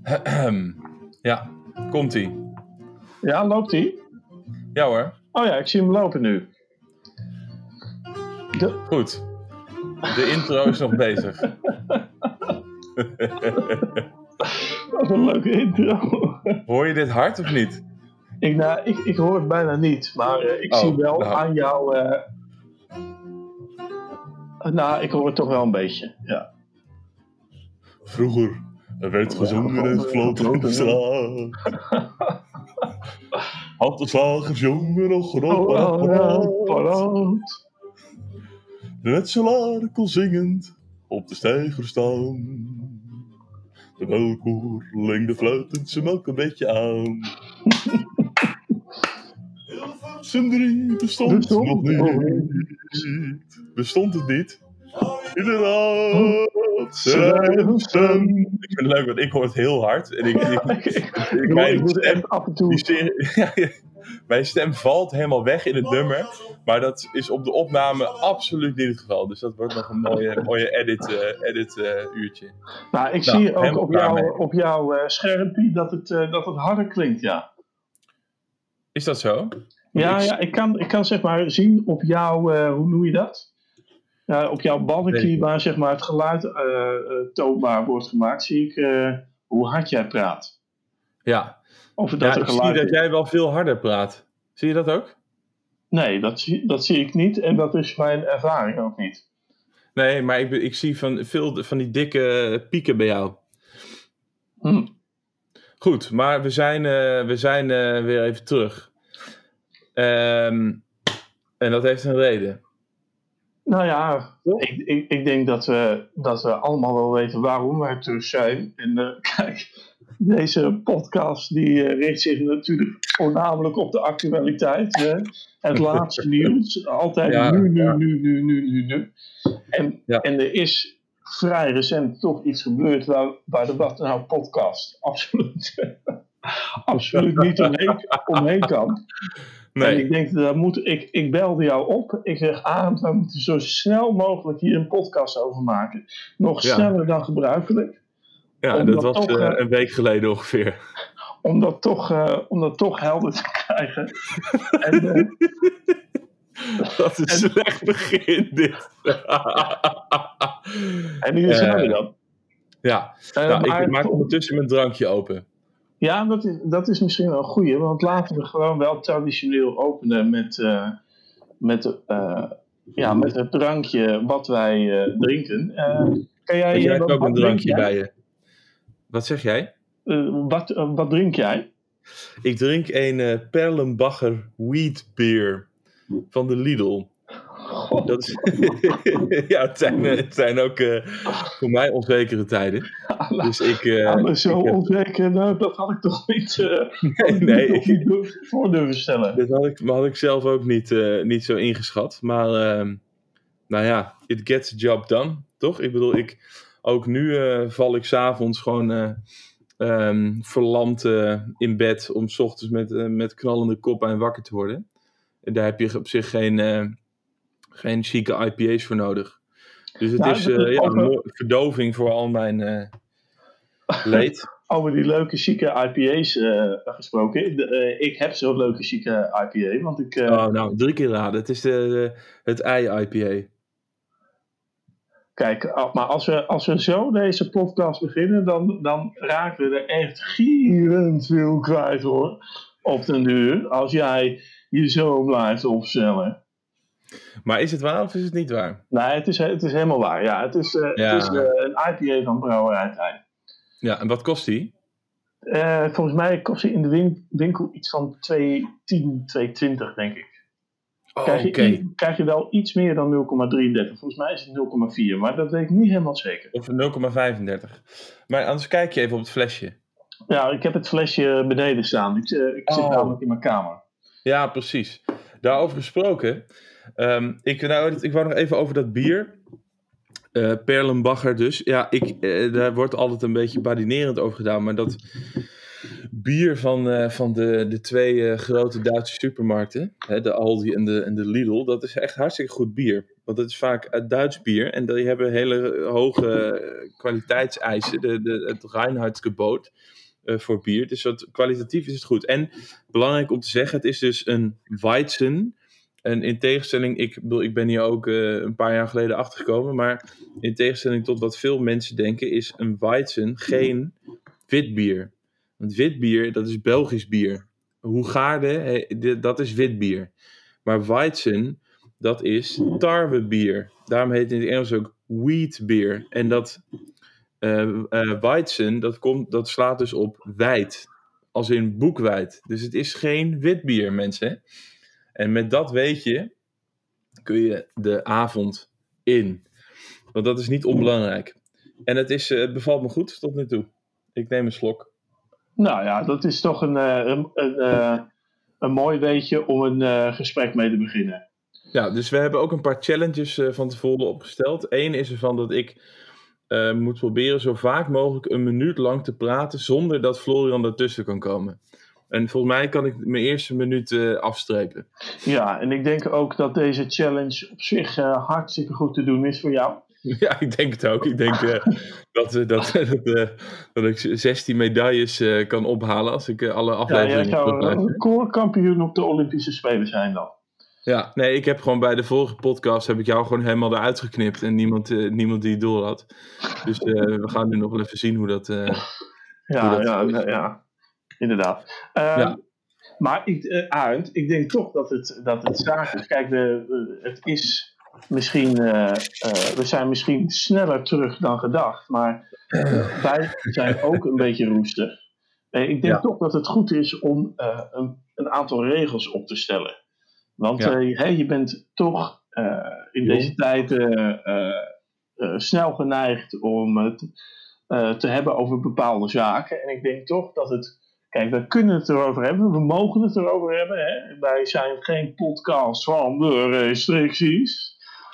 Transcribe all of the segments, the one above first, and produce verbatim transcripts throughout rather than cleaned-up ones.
Ja, komt-ie. Ja, loopt hij? Ja hoor. Oh ja, ik zie hem lopen nu. De... Goed. De intro is nog bezig. Wat een leuke intro. Hoor je dit hard of niet? Ik, nou, ik, ik hoor het bijna niet, maar uh, ik oh, zie wel nou. aan jou... Uh... Nou, ik hoor het toch wel een beetje, ja. Vroeger, er werd gezongen en gefloten in de straat. Had de slagersjongen nog een apparaat. paraat. De metselaar kon zingend op de steiger staan. De melkboer lengde fluitend zijn melk een beetje aan. Hilversum drie bestond, bestond nog niet. Bestond het niet? Inderdaad, zijn stem. Ik vind het leuk, want ik hoor het heel hard. En ik, ik, ik, ik, ik, mijn, stem, af en toe... die, mijn stem valt helemaal weg in het nummer. Maar dat is op de opname absoluut niet het geval. Dus dat wordt nog een mooie, mooie edit, uh, edit uh, uurtje. Nou, ik nou, zie ook op, jou, op jouw uh, schermpje dat het, uh, dat het harder klinkt, ja. Is dat zo? Ja, ik... ja ik, kan, ik kan zeg maar zien op jouw, uh, hoe noem je dat? Ja, op jouw balkje waar zeg maar, het geluid uh, uh, toonbaar wordt gemaakt, zie ik uh, hoe hard jij praat. Ja, of dat ja er ik geluid zie dat is. jij wel veel harder praat. Zie je dat ook? Nee, dat zie, dat zie ik niet en dat is mijn ervaring ook niet. Nee, maar ik, ik zie van, veel van die dikke pieken bij jou. Hm. Goed, maar we zijn, uh, we zijn uh, weer even terug. Um, en dat heeft een reden. Nou ja, ik, ik, ik denk dat we, dat we allemaal wel weten waarom wij terug zijn. En uh, kijk, deze podcast die uh, richt zich natuurlijk voornamelijk op de actualiteit. Hè? Het laatste nieuws. Altijd ja, nu, nu, ja. nu, nu, nu, nu, nu. En, ja. en er is vrij recent toch iets gebeurd waar, waar de Wat Nou podcast absoluut, absoluut niet omheen, omheen kan. Nee. En ik denk, dat moet, ik, ik belde jou op. Ik zeg, Arend, we moeten zo snel mogelijk hier een podcast over maken. Nog ja. sneller dan gebruikelijk. Ja, om dat, dat was toch, uh, een week geleden ongeveer. Om dat toch, uh, om dat toch helder te krijgen. en, uh, dat is een slecht begin, dit. en hier zijn uh, we dan. Ja, uh, nou, ik maak to- ondertussen mijn drankje open. Ja, dat is, dat is misschien wel een goeie. Want laten we gewoon wel traditioneel openen met, uh, met, uh, ja, met het drankje wat wij uh, drinken. Uh, kan jij, jij hebt wat, ook wat een drankje bij je. Wat zeg jij? Uh, wat, uh, wat drink jij? Ik drink een uh, Perlenbacher Wheat Beer van de Lidl. God. Dat is, ja, het zijn, het zijn ook uh, voor mij onzekere tijden. Ja, dus ik, uh, ja, maar zo ik, uh, onzeker, nou, dat had ik toch niet, uh, nee, nee, niet, ik, niet voor durven stellen. Dat had ik, had ik zelf ook niet, uh, niet zo ingeschat. Maar uh, nou ja, it gets the job done, toch? Ik bedoel, ik, ook nu uh, val ik 's avonds gewoon uh, um, verlamd uh, in bed om 's ochtends met, uh, met knallende koppijn wakker te worden. En daar heb je op zich geen... Uh, Geen chique I P A's voor nodig. Dus het nou, is uh, ja, over... een verdoving voor al mijn uh, leed. Over die leuke chique I P A's uh, gesproken. De, uh, ik heb zo'n leuke chique I P A. Want ik, uh... Oh, nou, drie keer raden. Het is de, de, het ei-I P A. Kijk, maar als we, als we zo deze podcast beginnen, dan, dan raken we er echt gierend veel kwijt, hoor. Op den duur. Als jij je zo blijft opstellen. Maar is het waar of is het niet waar? Nee, het is, het is helemaal waar. Ja, het is, uh, ja. Het is uh, een I P A van Brouwerij Tijn. Ja, en wat kost die? Uh, volgens mij kost die in de winkel iets van twee tien, twee twintig, denk ik. Oh, krijg, je, okay. krijg je wel iets meer dan nul komma drieëndertig. Volgens mij is het nul komma vier, maar dat weet ik niet helemaal zeker. Of nul komma vijfendertig. Maar anders kijk je even op het flesje. Ja, ik heb het flesje beneden staan. Ik, uh, ik zit oh. namelijk in mijn kamer. Ja, precies. Daarover gesproken... Um, ik, nou, ik wou nog even over dat bier. Uh, Perlenbacher dus. Ja, ik, uh, daar wordt altijd een beetje badinerend over gedaan. Maar dat bier van, uh, van de, de twee uh, grote Duitse supermarkten, hè, de Aldi en de, en de Lidl, dat is echt hartstikke goed bier. Want het is vaak uit Duits bier en die hebben hele hoge kwaliteitseisen, de, de, het Reinheitsgebot uh, voor bier. Dus wat, kwalitatief is het goed. En belangrijk om te zeggen, het is dus een Weizen. En in tegenstelling, ik, ik ben hier ook uh, een paar jaar geleden achtergekomen, maar in tegenstelling tot wat veel mensen denken, is een Weizen geen wit bier. Want wit bier, dat is Belgisch bier. Hoegaarde, dat is wit bier. Maar Weizen, dat is tarwebier. Daarom heet het in het Engels ook wheat beer. En dat uh, uh, Weizen, dat, komt, dat slaat dus op wijd. Als in boekwijd. Dus het is geen wit bier, mensen. En met dat weet je, kun je de avond in. Want dat is niet onbelangrijk. En het, is, het bevalt me goed tot nu toe. Ik neem een slok. Nou ja, dat is toch een, een, een, een, een mooi weetje om een uh, gesprek mee te beginnen. Ja, dus we hebben ook een paar challenges uh, van tevoren opgesteld. Eén is ervan dat ik uh, moet proberen zo vaak mogelijk een minuut lang te praten zonder dat Florian ertussen kan komen. En volgens mij kan ik mijn eerste minuut uh, afstrepen. Ja, en ik denk ook dat deze challenge op zich uh, hartstikke goed te doen is voor jou. Ja, ik denk het ook. Ik denk uh, dat, uh, dat, dat, uh, dat ik zestien medailles uh, kan ophalen als ik uh, alle afleveringen... Ja, jij zou een koorkampioen op de Olympische Spelen zijn dan. Ja, nee, ik heb gewoon bij de vorige podcast heb ik jou gewoon helemaal eruit geknipt en niemand, uh, niemand die het door had. Dus uh, we gaan nu nog wel even zien hoe dat... Uh, ja, hoe dat ja, ja, ja, inderdaad. Uh, ja. Maar ik, uh, Arend, ik denk toch dat het, dat het zaak is. Kijk, de, uh, het is misschien... Uh, uh, we zijn misschien sneller terug dan gedacht, maar uh, wij zijn ook een beetje roestig. Uh, ik denk ja. toch dat het goed is om uh, een, een aantal regels op te stellen. Want ja. uh, hey, je bent toch uh, in jo. deze tijd uh, uh, uh, snel geneigd om het uh, te hebben over bepaalde zaken. En ik denk toch dat het... Kijk, we kunnen het erover hebben. We mogen het erover hebben. Hè? Wij zijn geen podcast van de restricties.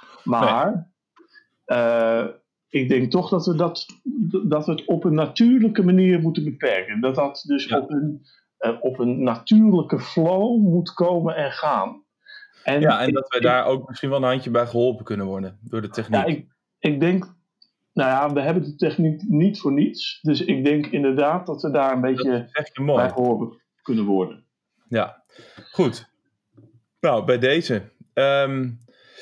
Maar nee. uh, ik denk toch dat we, dat, dat we het op een natuurlijke manier moeten beperken. Dat dat dus ja. op, een, uh, op een natuurlijke flow moet komen en gaan. En ja, en ik, dat wij ik, daar ook misschien wel een handje bij geholpen kunnen worden door de techniek. Ja, ik, ik denk, nou ja, we hebben de techniek niet voor niets. Dus ik denk inderdaad dat we daar een beetje bij geholpen kunnen worden. Ja, goed. Nou, bij deze. Um,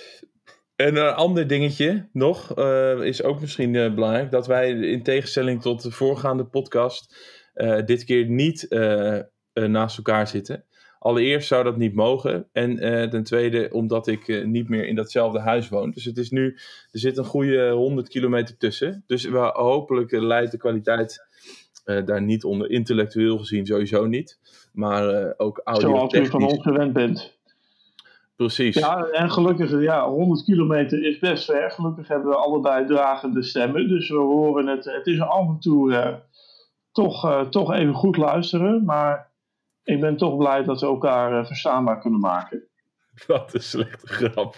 en een ander dingetje nog, uh, is ook misschien uh, belangrijk, dat wij in tegenstelling tot de voorgaande podcast uh, dit keer niet uh, uh, naast elkaar zitten. Allereerst zou dat niet mogen. En uh, ten tweede omdat ik uh, niet meer in datzelfde huis woon. Dus het is nu, er zit een goede honderd kilometer tussen. Dus we, hopelijk uh, leidt de kwaliteit uh, daar niet onder. Intellectueel gezien sowieso niet. Maar uh, ook audio-technisch. Zoals u van ons gewend bent. Precies. Ja, en gelukkig, ja, honderd kilometer is best ver. Gelukkig hebben we allebei dragende stemmen. Dus we horen het. Het is af en toe uh, toch, uh, toch even goed luisteren. Maar... Ik ben toch blij dat we elkaar uh, verstaanbaar kunnen maken. Wat een slechte grap.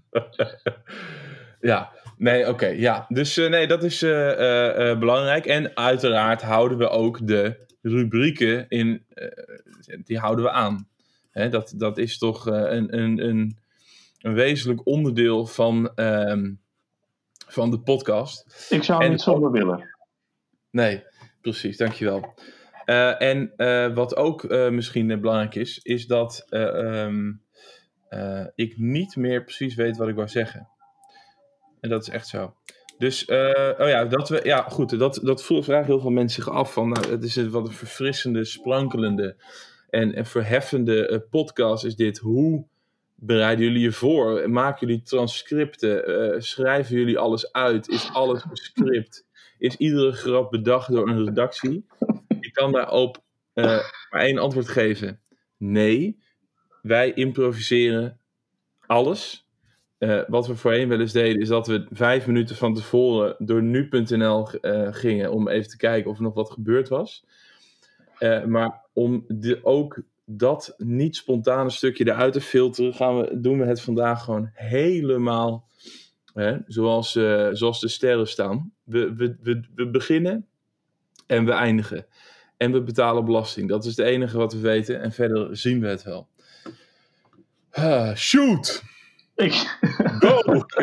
ja, nee, oké. Okay, ja. Dus uh, nee, dat is uh, uh, uh, belangrijk. En uiteraard houden we ook de rubrieken in... Uh, die houden we aan. Hè, dat, dat is toch uh, een, een, een, een wezenlijk onderdeel van, um, van de podcast. Ik zou en niet zonder willen. Nee, precies. Dankjewel. Uh, en uh, wat ook uh, misschien uh, belangrijk is, is dat uh, um, uh, ik niet meer precies weet wat ik wou zeggen. En dat is echt zo. Dus, uh, oh ja, dat we, ja, goed, dat, dat vragen heel veel mensen zich af van, nou, het is een wat een verfrissende, sprankelende en, en verheffende uh, podcast is dit. Hoe bereiden jullie je voor? Maken jullie transcripten? Uh, schrijven jullie alles uit? Is alles gescript? Is iedere grap bedacht door een redactie? Ik kan daarop uh, maar één antwoord geven. Nee, wij improviseren alles. Uh, wat we voorheen wel eens deden, is dat we vijf minuten van tevoren door nu punt n l uh, gingen om even te kijken of er nog wat gebeurd was. Uh, maar om de, ook dat niet spontane stukje eruit te filteren, gaan we, doen we het vandaag gewoon helemaal hè, zoals, uh, zoals de sterren staan. We, we, we, we beginnen en we eindigen. En we betalen belasting. Dat is het enige wat we weten. En verder zien we het wel. Uh, shoot! Ik... Go!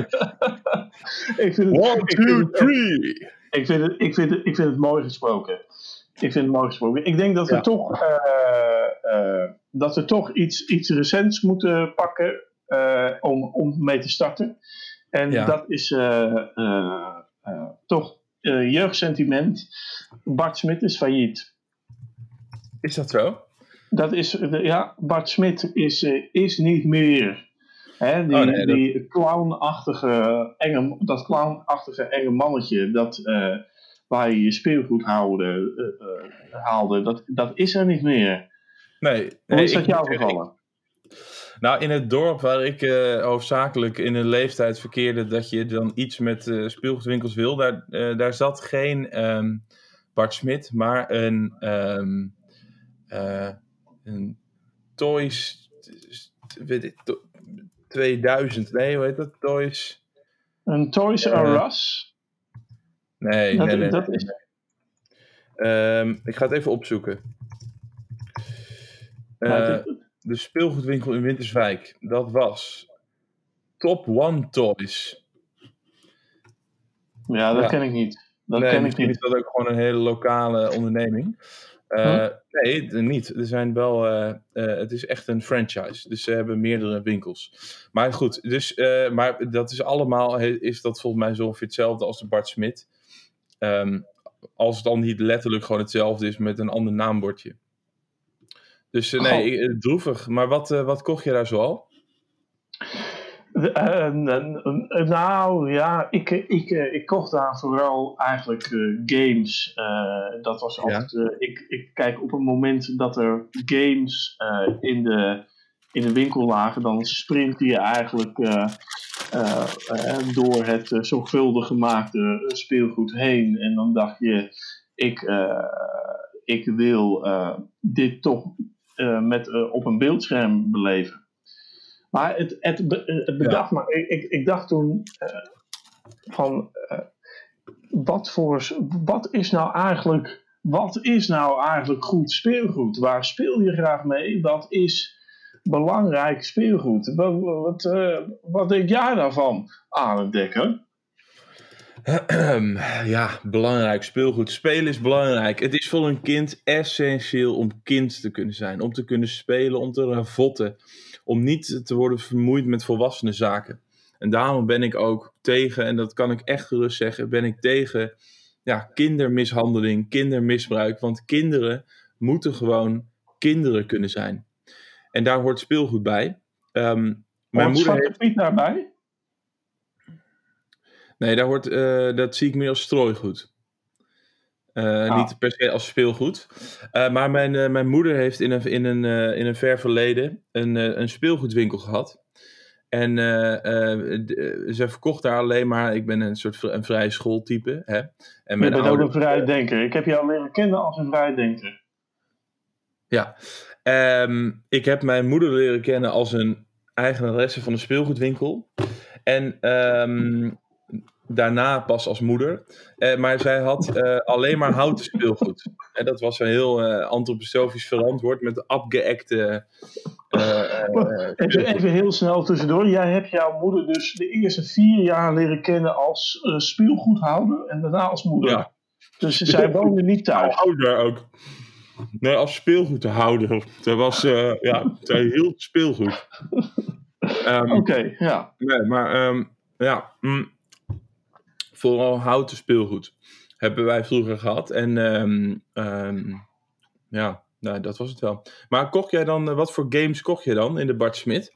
ik vind het, One, ik two, vind het, three! Ik vind, het, ik, vind het, ik vind het mooi gesproken. Ik vind het mooi gesproken. Ik denk dat we Ja. toch, uh, uh, dat we toch iets, iets recents moeten pakken uh, om, om mee te starten. En Ja. dat is uh, uh, uh, toch uh, jeugdsentiment. Bart Smit is failliet. Is dat zo? Dat is, uh, ja, Bart Smit is, uh, is niet meer. Hè, die, Oh, nee, dat... die clownachtige enge, dat clownachtige enge mannetje dat, uh, waar je je speelgoed haalde, uh, uh, haalde dat, dat is er niet meer. Nee, nee, Hoe is dat ik, jou gevallen? Nou, in het dorp waar ik uh, hoofdzakelijk in een leeftijd verkeerde dat je dan iets met uh, speelgoedwinkels wil, daar, uh, daar zat geen um, Bart Smit, maar een, um, uh, een Toys weet ik, to, tweeduizend, nee, hoe heet dat? Toys? Een Toys R Uh, Us? nee, dat, nee, nee. dat nee, is... nee. Um, ik ga het even opzoeken. Uh, de speelgoedwinkel in Winterswijk, dat was Top One Toys. Ja, dat ja. ken ik niet. Dat nee, ken misschien ik niet. is dat ook gewoon een hele lokale onderneming. Uh, huh? Nee, niet. Er zijn wel, uh, uh, het is echt een franchise. Dus ze hebben meerdere winkels. Maar goed, dus, uh, maar dat is allemaal, is dat volgens mij zo ongeveer hetzelfde als de Bart Smit. Um, als het dan niet letterlijk gewoon hetzelfde is met een ander naambordje. Dus uh, nee, oh. droevig. Maar wat, uh, wat kocht je daar zoal? Uh, nou ja, ik, ik, ik kocht daar vooral eigenlijk uh, games. Uh, dat was altijd. Ja. Uh, ik, ik kijk op het moment dat er games uh, in, de, in de winkel lagen, dan sprintte je eigenlijk uh, uh, uh, door het uh, zorgvuldig gemaakte speelgoed heen. En dan dacht je, ik, uh, ik wil uh, dit toch uh, met, uh, op een beeldscherm beleven. Maar het, het, het bedacht ja. me, ik, ik dacht toen uh, van uh, wat, voor, wat is nou eigenlijk, wat is nou eigenlijk goed speelgoed? Waar speel je graag mee? Wat is belangrijk speelgoed? Wat, wat, uh, wat denk jij daarvan aan het dekken? Ja, belangrijk speelgoed. Spelen is belangrijk. Het is voor een kind essentieel om kind te kunnen zijn. Om te kunnen spelen, om te ravotten. Om niet te worden vermoeid met volwassene zaken. En daarom ben ik ook tegen, en dat kan ik echt gerust zeggen, ben ik tegen ja, kindermishandeling, kindermisbruik. Want kinderen moeten gewoon kinderen kunnen zijn. En daar hoort speelgoed bij. Um, mijn hoort Zwarte heeft... Piet daarbij? Nee, daar hoort, uh, dat zie ik meer als strooigoed. Uh, ah. Niet per se als speelgoed. Uh, maar mijn, uh, mijn moeder heeft in een, in een, uh, in een ver verleden een, uh, een speelgoedwinkel gehad. En uh, uh, d- ze verkocht daar alleen maar... Ik ben een soort v- een vrije schooltype. Hè? En mijn Je bent ouder, ook een vrijdenker. Ik heb jou leren kennen als een vrijdenker. Ja. Um, ik heb mijn moeder leren kennen als een eigenaresse van een speelgoedwinkel. En... Um, daarna pas als moeder. Uh, maar zij had uh, alleen maar houten speelgoed. En dat was een heel uh, antroposofisch verantwoord met abgeëkte... Uh, uh, even, even heel snel tussendoor. Jij hebt jouw moeder dus de eerste vier jaar leren kennen als uh, speelgoedhouder en daarna als moeder. Ja. Dus zij woonde niet thuis. Houder ook. Nee, als speelgoedhouder. Zij was, uh, ja, zij hield speelgoed. Um, Oké, okay, ja. Nee, maar um, ja... Mm, vooral houten speelgoed hebben wij vroeger gehad. En um, um, ja, nou, dat was het wel. Maar kocht jij dan, wat voor games kocht je dan in de Bart Smit?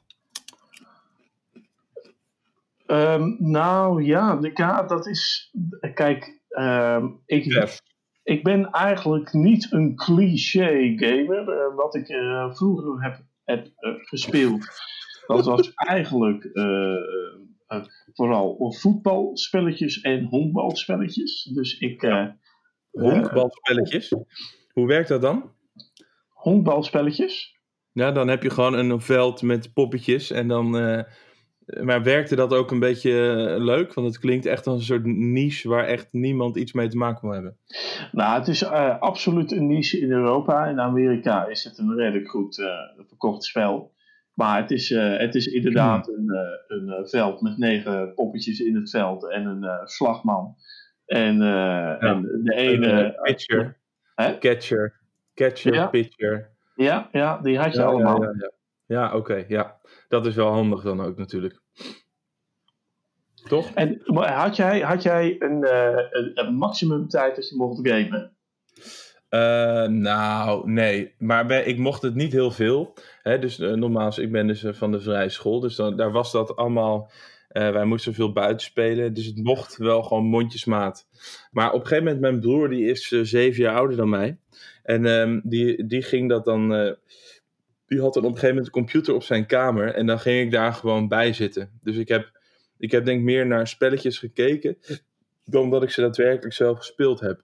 Um, nou ja, ja, dat is... Kijk, um, ik, yes. ik ben eigenlijk niet een cliché gamer. Uh, wat ik uh, vroeger heb, heb uh, gespeeld, dat was eigenlijk... Uh, Uh, vooral voetbalspelletjes en honkbalspelletjes. Dus ik... Uh, honkbalspelletjes? Uh, Hoe werkt dat dan? Honkbalspelletjes? Ja, dan heb je gewoon een veld met poppetjes en dan uh, maar werkte dat ook een beetje leuk? Want het klinkt echt als een soort niche waar echt niemand iets mee te maken wil hebben. Nou, het is uh, absoluut een niche in Europa. In Amerika is het een redelijk goed uh, verkocht spel. Maar het is, uh, het is inderdaad hmm. een, uh, een uh, veld met negen poppetjes in het veld en een uh, slagman. En, uh, ja. en de ene... Een, uh, pitcher, uh, catcher, catcher, ja. pitcher. Ja, ja, die had je ja, allemaal. Ja, ja, ja. ja oké. Okay, ja. Dat is wel handig dan ook natuurlijk. Toch? En had jij, had jij een, uh, een, een maximum tijd dat je mocht gamen? Uh, nou, nee. Maar bij, ik mocht het niet heel veel. Hè? Dus uh, nogmaals, ik ben dus uh, van de vrije school. Dus dan, daar was dat allemaal... Uh, wij moesten veel buiten spelen. Dus het mocht wel gewoon mondjesmaat. Maar op een gegeven moment, mijn broer, die is uh, zeven jaar ouder dan mij. En um, die, die ging dat dan... Uh, die had dan op een gegeven moment een computer op zijn kamer. En dan ging ik daar gewoon bij zitten. Dus ik heb, ik heb denk ik meer naar spelletjes gekeken... dan dat ik ze daadwerkelijk zelf gespeeld heb.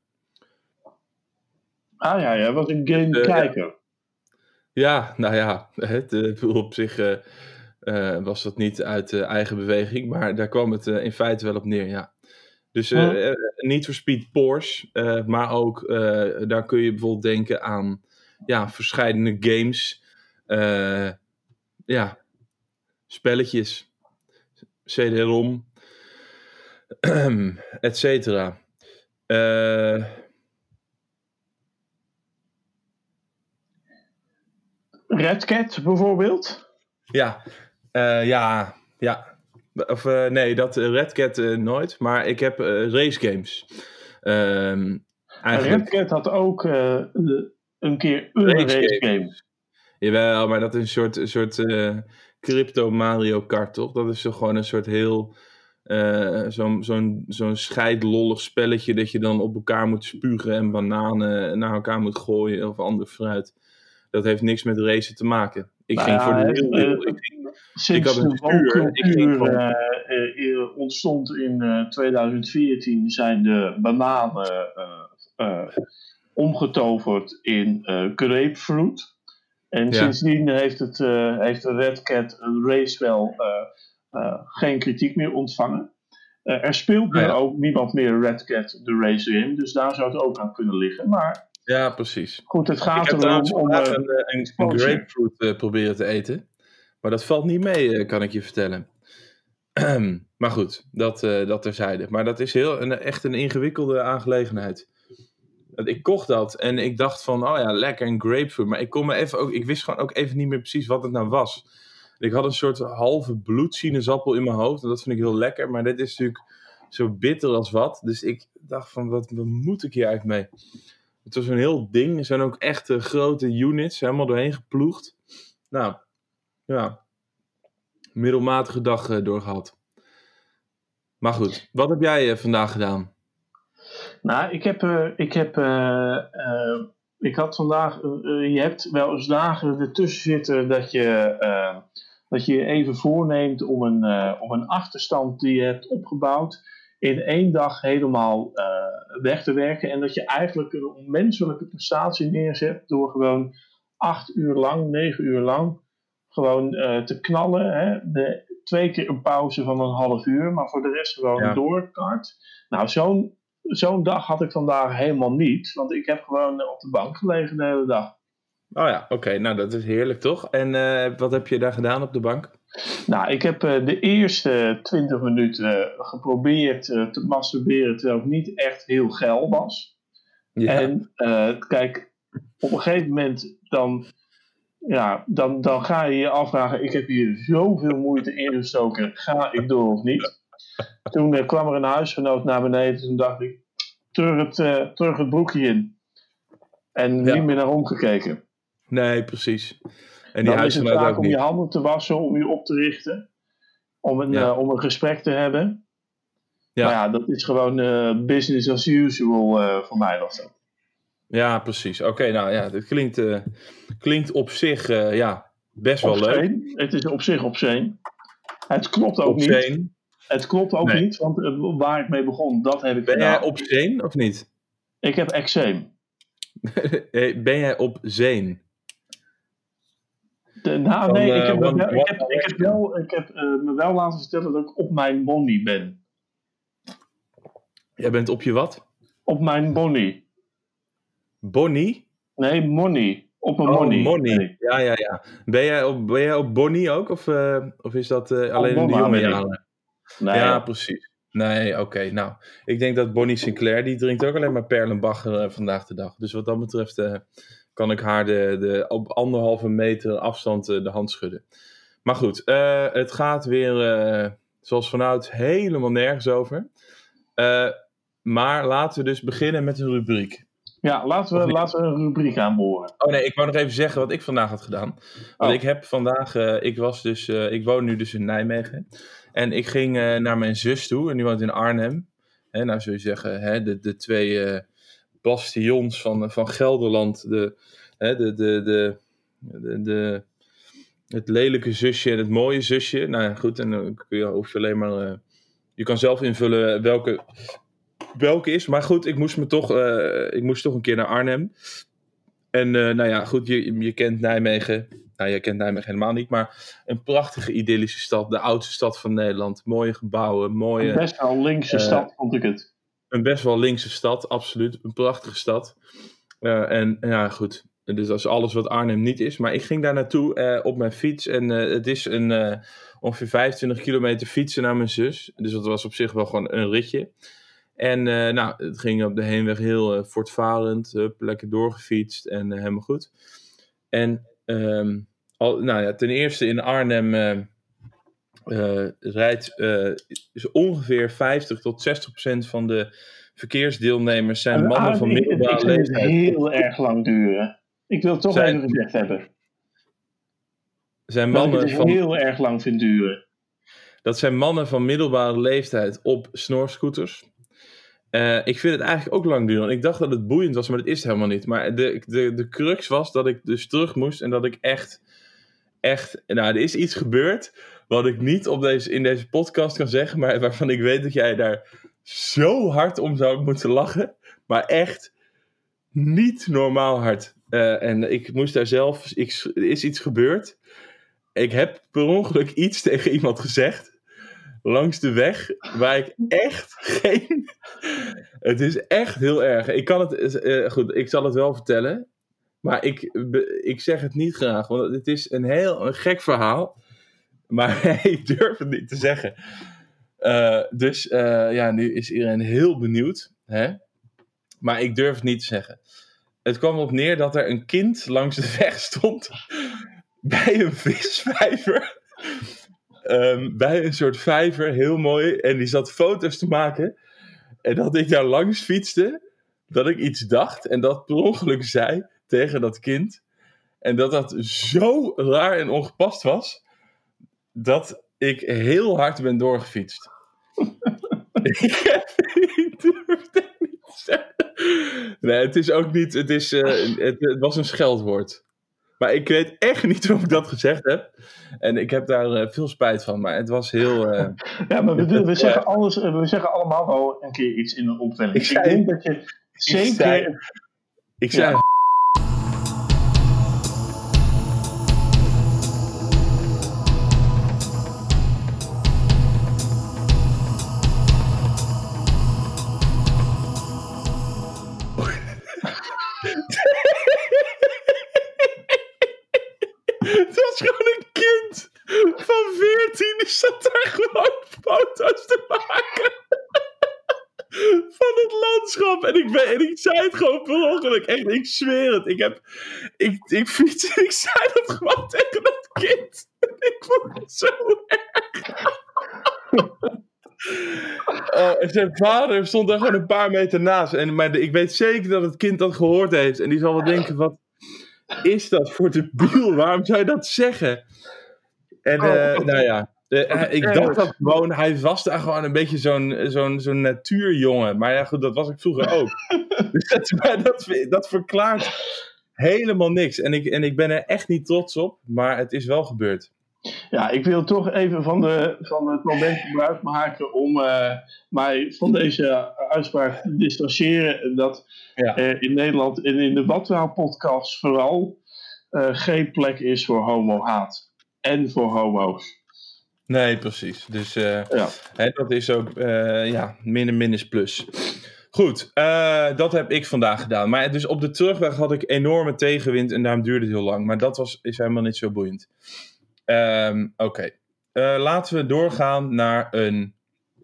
Ah ja, ja, was een game-kijker. Uh, ja. ja, nou ja, het, uh, op zich uh, uh, was dat niet uit uh, eigen beweging, maar daar kwam het uh, in feite wel op neer, ja. Dus uh, huh? uh, Need for Speed Porsche, uh, maar ook uh, daar kun je bijvoorbeeld denken aan ja, verschillende games, uh, ja, spelletjes, C D-ROM, et cetera. Uh, Red Cat bijvoorbeeld? Ja, uh, ja, ja. Of uh, nee, dat uh, Red Cat uh, nooit. Maar ik heb uh, race games. Um, Red Cat had ook uh, een keer een race, race game. game. Jawel, maar dat is een soort, een soort uh, crypto Mario Kart, toch? Dat is zo gewoon een soort heel... Uh, zo'n, zo'n, zo'n scheidlollig spelletje dat je dan op elkaar moet spugen en bananen naar elkaar moet gooien of ander fruit. Dat heeft niks met racen te maken. Ik nou ging ja, voor de real deal. Ik, ging, ik had een stuur. Ik ging van... uh, uh, ontstond in uh, twintig veertien zijn de bananen uh, uh, omgetoverd in uh, grapefruit. En ja. sindsdien heeft het uh, heeft de Red Cat race wel uh, uh, geen kritiek meer ontvangen. Uh, er speelt nu ah, ja. ook niemand meer Red Cat de race in, dus daar zou het ook aan kunnen liggen. Maar ja, precies. Goed, het gaat ik erom om uh, een, een, een grapefruit uh, proberen te eten. Maar dat valt niet mee, uh, kan ik je vertellen. Maar goed, dat, uh, dat terzijde. Maar dat is heel, een, echt een ingewikkelde aangelegenheid. Ik kocht dat en ik dacht van, oh ja, lekker een grapefruit. Maar ik, kon me even ook, ik wist gewoon ook even niet meer precies wat het nou was. Ik had een soort halve bloedsinezappel in mijn hoofd. En dat vind ik heel lekker. Maar dit is natuurlijk zo bitter als wat. Dus ik dacht van, wat, wat moet ik hier eigenlijk mee? Het was een heel ding. Er zijn ook echt uh, grote units helemaal doorheen geploegd. Nou, ja. Middelmatige dag uh, doorgehad. Maar goed, wat heb jij uh, vandaag gedaan? Nou, ik heb... Uh, ik heb uh, uh, ik had vandaag... Uh, je hebt wel eens dagen ertussen zitten dat je... Uh, dat je even voorneemt om een, uh, om een achterstand die je hebt opgebouwd... in één dag helemaal uh, weg te werken. En dat je eigenlijk een onmenselijke prestatie neerzet door gewoon acht uur lang, negen uur lang gewoon uh, te knallen. Hè? De, twee keer een pauze van een half uur, maar voor de rest gewoon ja. doorkart. Nou, zo'n, zo'n dag had ik vandaag helemaal niet, want ik heb gewoon uh, op de bank gelegen de hele dag. Oh ja, oké. Okay. Nou, dat is heerlijk, toch? En uh, wat heb je daar gedaan op de bank? Nou, ik heb uh, de eerste twintig minuten uh, geprobeerd uh, te masturberen, terwijl ik niet echt heel geil was. Ja. En uh, kijk, op een gegeven moment dan, ja, dan, dan ga je je afvragen, ik heb hier zoveel moeite ingestoken, ga ik door of niet? Toen uh, kwam er een huisgenoot naar beneden, toen dacht ik, terug het, uh, terug het broekje in. En ja. niet meer naar omgekeken. Nee, precies. En die dan is het vaak om niet. je handen te wassen, om je op te richten. Om een, ja. uh, om een gesprek te hebben. Ja. Maar ja, dat is gewoon uh, business as usual uh, voor mij was dat. Ja, precies. Oké, okay, nou ja, dit klinkt, uh, klinkt op zich uh, ja, best wel obscene. leuk. Het is op zich obscene. Het klopt ook obscene. niet. Het klopt ook nee. niet, want uh, waar ik mee begon, dat heb ik Ben gedaan. jij obscene of niet? Ik heb eczeem. Ben jij op zeen? De, nou Van, nee, ik uh, heb, one, wel, one ik heb, ik heb, wel, ik heb uh, me wel laten vertellen dat ik op mijn money ben. Jij bent op je wat? Op mijn money. Bonnie? Nee, money. Op mijn Oh, money. money. Nee. Ja, ja, ja. Ben jij op, ben jij op Bonnie ook? Of, uh, of is dat uh, alleen in de Mama jonge ben ik. jaren? Nee, ja, joh. precies. Nee, oké. Okay, nou, ik denk dat Bonnie Sinclair, die drinkt ook alleen maar Perlenbacher uh, vandaag de dag. Dus wat dat betreft uh, kan ik haar de, de, op anderhalve meter afstand uh, de hand schudden. Maar goed, uh, het gaat weer uh, zoals vanouds helemaal nergens over. Uh, maar laten we dus beginnen met een rubriek. Ja, laten we, laten we een rubriek aanboren. Oh nee, ik wou nog even zeggen wat ik vandaag had gedaan. Want oh. ik heb vandaag, uh, ik was dus, uh, ik woon nu dus in Nijmegen. En ik ging uh, naar mijn zus toe, en die woont in Arnhem. Hè, nou zou je zeggen, hè, de, de twee uh, bastions van, van Gelderland. De, hè, de, de, de, de, de, het lelijke zusje en het mooie zusje. Nou ja, goed, en dan kun je, hoef je alleen maar... Uh, je kan zelf invullen welke, welke is. Maar goed, ik moest, me toch, uh, ik moest toch een keer naar Arnhem. En uh, nou ja, goed, je, je kent Nijmegen. Nou, je kent Nijmegen helemaal niet, maar een prachtige idyllische stad. De oudste stad van Nederland. Mooie gebouwen, mooie... Een best wel linkse uh, stad, vond ik het. Een best wel linkse stad, absoluut. Een prachtige stad. Uh, en ja, goed. Dus dat is alles wat Arnhem niet is. Maar ik ging daar naartoe uh, op mijn fiets. En uh, het is een, uh, ongeveer vijfentwintig kilometer fietsen naar mijn zus. Dus dat was op zich wel gewoon een ritje. En uh, nou, het ging op de heenweg heel uh, voortvarend, hup, lekker doorgefietst en uh, helemaal goed. En um, al, nou ja, ten eerste in Arnhem uh, uh, rijdt uh, is ongeveer vijftig tot zestig procent van de verkeersdeelnemers zijn en, mannen ah, van middelbare leeftijd. Ik vind het heel erg lang duren. Ik wil het toch zijn, even gezegd hebben. Zijn mannen dat ik het van, heel erg lang vind duren. Dat zijn mannen van middelbare leeftijd op snorscooters. Uh, ik vind het eigenlijk ook lang duren. Ik dacht dat het boeiend was, maar dat is het helemaal niet. Maar de, de, de crux was dat ik dus terug moest en dat ik echt, echt... Nou, er is iets gebeurd wat ik niet op deze, in deze podcast kan zeggen, maar waarvan ik weet dat jij daar zo hard om zou moeten lachen. Maar echt niet normaal hard. Uh, en ik moest daar zelf... Ik, er is iets gebeurd. Ik heb per ongeluk iets tegen iemand gezegd langs de weg, waar ik echt geen... Het is echt heel erg. Ik kan het... Uh, goed, ik zal het wel vertellen. Maar ik, ik zeg het niet graag. Want het is een heel een gek verhaal. Maar ik durf het niet te zeggen. Uh, dus uh, ja, nu is iedereen heel benieuwd. Hè? Maar ik durf het niet te zeggen. Het kwam op neer dat er een kind langs de weg stond. Bij een visvijver. Um, bij een soort vijver, heel mooi. En die zat foto's te maken. En dat ik daar langs fietste. Dat ik iets dacht. En dat per ongeluk zei tegen dat kind. En dat dat zo raar en ongepast was. Dat ik heel hard ben doorgefietst. Ik durf het niet te zeggen. Nee, het is ook niet... Het, is, uh, het, het was een scheldwoord. Maar ik weet echt niet hoe ik dat gezegd heb. En ik heb daar uh, veel spijt van. Maar het was heel... Uh, ja, maar we, we, zeggen alles, we zeggen allemaal wel een keer iets in een opwelling. Ik, zei, ik denk dat je ik zeker... Zei, ik zei... Ja. Het was gewoon een kind van veertien. Die zat daar gewoon foto's te maken van het landschap. En ik, ben, en ik zei het gewoon per ongeluk. Echt, ik zweer het. Ik heb... Ik, ik fiets en ik zei dat gewoon tegen dat kind. Ik vond het zo erg. Uh, en zijn vader stond daar gewoon een paar meter naast. En, maar ik weet zeker dat het kind dat gehoord heeft. En die zal wel denken, wat is dat voor debiel? Waarom zou je dat zeggen? En uh, nou ja, uh, ik dacht dat gewoon, hij was daar gewoon een beetje zo'n, zo'n, zo'n natuurjongen. Maar ja goed, dat was ik vroeger ook. Dus dat, maar dat, dat verklaart helemaal niks. En ik, en ik ben er echt niet trots op, maar het is wel gebeurd. Ja, ik wil toch even van, de, van het moment gebruik maken om uh, mij van deze uitspraak te distancieren. Dat ja. uh, in Nederland en in de Watwaal podcast vooral uh, geen plek is voor homo-haat. En voor homo's. Nee, precies. Dus uh, ja. hè, dat is ook uh, ja, min en min is plus. Goed, uh, dat heb ik vandaag gedaan. Maar dus op de terugweg had ik enorme tegenwind en daarom duurde het heel lang. Maar dat was, is helemaal niet zo boeiend. Um, Oké, okay. uh, laten we doorgaan naar een,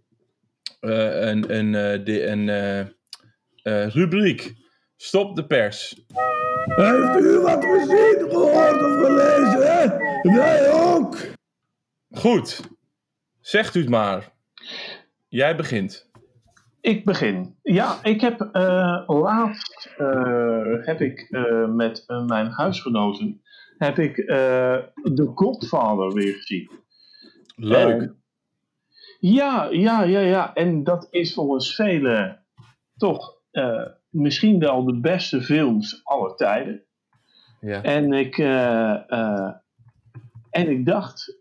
uh, een, een, uh, de, een uh, uh, rubriek. Stop de pers. Heeft u wat gezien, gehoord of gelezen? Wij ook. Goed, zegt u het maar. Jij begint. Ik begin. Ja, ik heb uh, laatst uh, heb ik uh, met uh, mijn huisgenoten heb ik uh, The Godfather weer gezien. Leuk. En, ja, ja, ja, ja. En dat is volgens velen toch uh, misschien wel de beste films aller tijden. Ja. En ik uh, uh, en ik dacht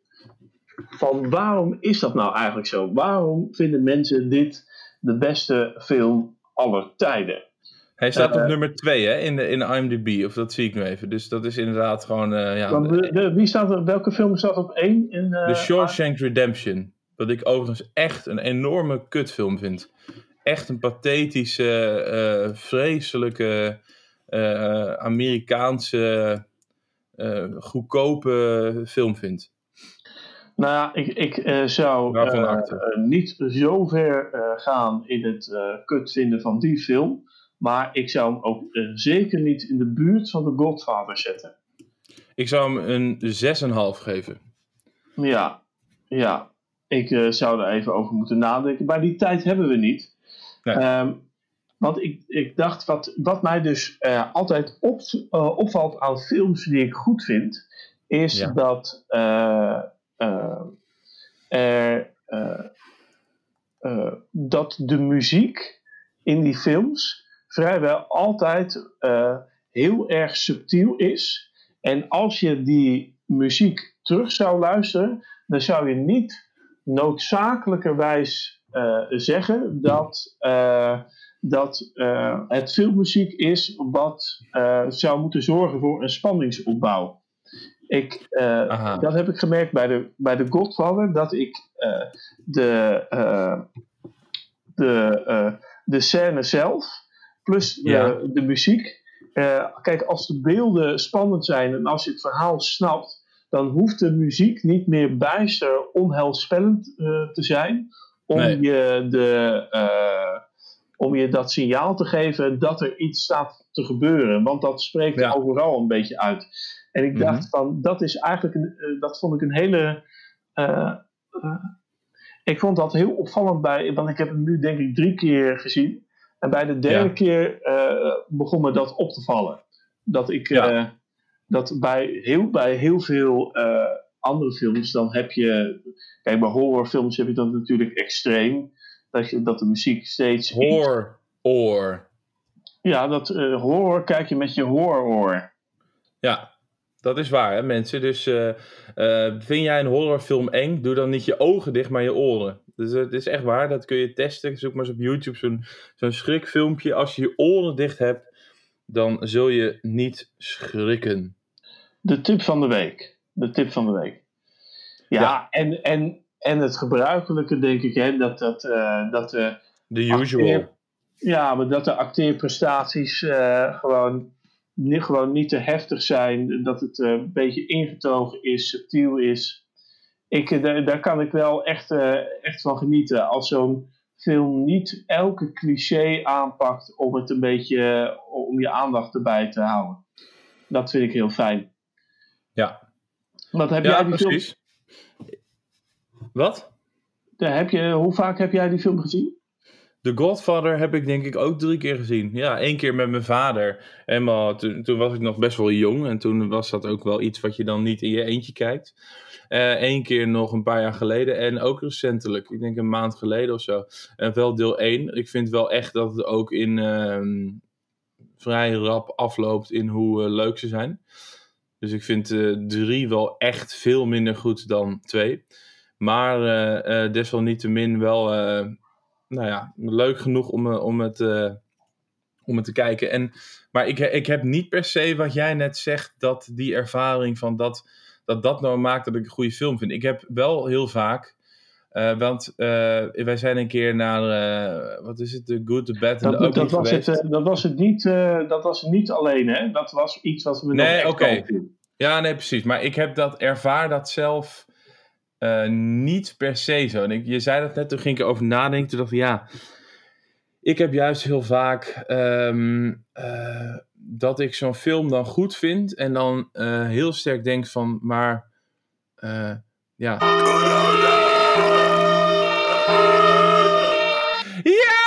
van waarom is dat nou eigenlijk zo? Waarom vinden mensen dit de beste film aller tijden? Hij staat uh, op nummer twee hè, in de, in de I M D B, of dat zie ik nu even. Dus dat is inderdaad gewoon... Uh, ja, de, de, wie staat er, welke film staat op één? In, uh, The Shawshank Redemption. Wat ik overigens echt een enorme kutfilm vind. Echt een pathetische, uh, vreselijke, uh, Amerikaanse, uh, goedkope film vind. Nou ja, ik, ik uh, zou uh, uh, niet zo ver uh, gaan in het uh, kut vinden van die film. Maar ik zou hem ook uh, zeker niet in de buurt van The Godfather zetten. Ik zou hem een zes komma vijf geven. Ja, ja. Ik uh, zou er even over moeten nadenken. Maar die tijd hebben we niet. Nee. Um, want ik, ik dacht, wat, wat mij dus uh, altijd op, uh, opvalt aan films die ik goed vind, is ja. dat uh, uh, er, uh, uh, dat de muziek in die films vrijwel altijd uh, heel erg subtiel is. En als je die muziek terug zou luisteren, dan zou je niet noodzakelijkerwijs uh, zeggen dat, uh, dat uh, het filmmuziek is wat uh, zou moeten zorgen voor een spanningsopbouw. Ik, uh, dat heb ik gemerkt bij de, bij de Godfather, dat ik uh, de, uh, de, uh, de scène zelf plus ja. de, de muziek. Uh, kijk, als de beelden spannend zijn en als je het verhaal snapt, dan hoeft de muziek niet meer bijster onheilspellend uh, te zijn om, nee. je de, uh, om je dat signaal te geven dat er iets staat te gebeuren. Want dat spreekt ja. overal een beetje uit. En ik dacht mm-hmm. van, dat is eigenlijk, een, uh, dat vond ik een hele... Uh, uh, ik vond dat heel opvallend bij, want ik heb hem nu denk ik drie keer gezien. En bij de derde ja. keer uh, begon me dat op te vallen. Dat ik... Ja. Uh, dat bij heel, bij heel veel uh, andere films, dan heb je... Kijk, bij horrorfilms heb je dat natuurlijk extreem. Dat, je, dat de muziek steeds... Horror. Oor. Ja, dat uh, horror kijk je met je hooroor. Ja, dat is waar, hè, mensen. Dus uh, uh, vind jij een horrorfilm eng? Doe dan niet je ogen dicht, maar je oren. Dus het uh, is echt waar, dat kun je testen. Zoek maar eens op YouTube zo'n, zo'n schrikfilmpje. Als je je oren dicht hebt, dan zul je niet schrikken. De tip van de week. De tip van de week. Ja, ja. En, en, en het gebruikelijke denk ik, hè, dat dat... Uh, dat uh, The usual. Acteer, ja, maar dat de acteerprestaties uh, gewoon, niet, gewoon niet te heftig zijn. Dat het uh, een beetje ingetogen is, subtiel is. Ik, uh, daar, daar kan ik wel echt, uh, echt van genieten. Als zo'n film niet elke cliché aanpakt om het een beetje, uh, om je aandacht erbij te houden. Dat vind ik heel fijn. Ja. Wat heb ja, jij die precies. Film... Wat? Ja, heb je, hoe vaak heb jij die film gezien? The Godfather heb ik denk ik ook drie keer gezien. Ja, één keer met mijn vader. En maar, toen, toen was ik nog best wel jong. En toen was dat ook wel iets wat je dan niet in je eentje kijkt. Eén uh, keer nog een paar jaar geleden. En ook recentelijk. Ik denk een maand geleden of zo. En wel deel één. Ik vind wel echt dat het ook in uh, vrij rap afloopt in hoe uh, leuk ze zijn. Dus ik vind uh, drie wel echt veel minder goed dan twee. Maar uh, uh, desalniettemin wel... Uh, Nou ja, leuk genoeg om, om, het, uh, om het te kijken. En, maar ik, ik heb niet per se wat jij net zegt, dat die ervaring van dat, dat dat nou maakt dat ik een goede film vind. Ik heb wel heel vaak, uh, want uh, wij zijn een keer naar, uh, wat is het, The Good, The Bad en dat, The Ugly dat was geweest. Het, uh, dat was het niet, uh, dat was het niet alleen, hè? Dat was iets wat we nee, nog oké. Okay. Ja, nee, precies. Maar ik heb dat, ervaar dat zelf uh, niet per se zo. En ik, je zei dat net, toen ging ik erover nadenken, toen dacht ik, ja... Ik heb juist heel vaak um, uh, dat ik zo'n film dan goed vind en dan uh, heel sterk denk van, maar uh, ja. Corona! Ja!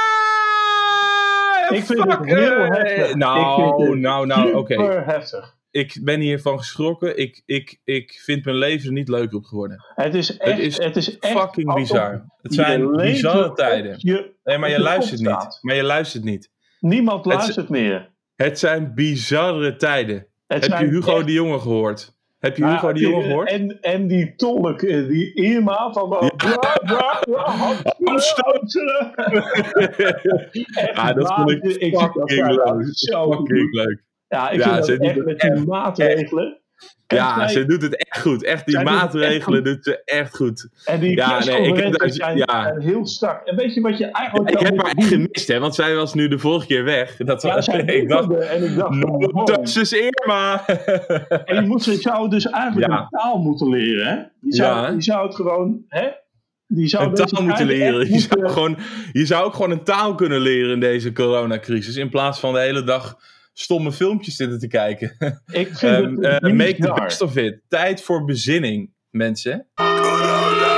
Ik vind Fuck, het heel uh, heftig. Nou, nou, nou, oké. Super okay. heftig. Ik ben hiervan geschrokken. Ik, ik, ik vind mijn leven er niet leuker op geworden. Het is echt, het is het is echt fucking bizar. Het zijn bizarre tijden. Je, nee, maar je luistert niet. Maar je luistert niet. Niemand luistert het, meer. Het zijn bizarre tijden. Het Heb je Hugo echt... de Jonge gehoord? Heb je nou, Hugo de Jonge gehoord? En, en die tolk, die Irma van... Ja. Bla, bla, bla, Amsterdam. Ja, dat vond ik, ik fucking leuk. Zo fucking leuk. Ja, ik ja, vind dat echt met die echt, maatregelen... Echt. Ja, zij, ze doet het echt goed. Echt, die maatregelen doet ze echt goed. En die ja, nee, ik heb daar, zijn, ja. zijn heel strak. En weet je wat je eigenlijk... Ja, ik heb haar echt gemist, hè, want zij was nu de vorige keer weg. Dat ja, was, ik dacht, en ik dacht... No, dat is Irma. En je, moet, je zou dus eigenlijk ja. een taal moeten leren, hè? Je zou, ja. je zou het gewoon... Hè? Die zou een taal moeten leren. Je, moeten... Zou gewoon, je zou ook gewoon een taal kunnen leren in deze coronacrisis. In plaats van de hele dag stomme filmpjes zitten te kijken. Ik vind um, het uh, make the best of it. Tijd voor bezinning, mensen. Corona!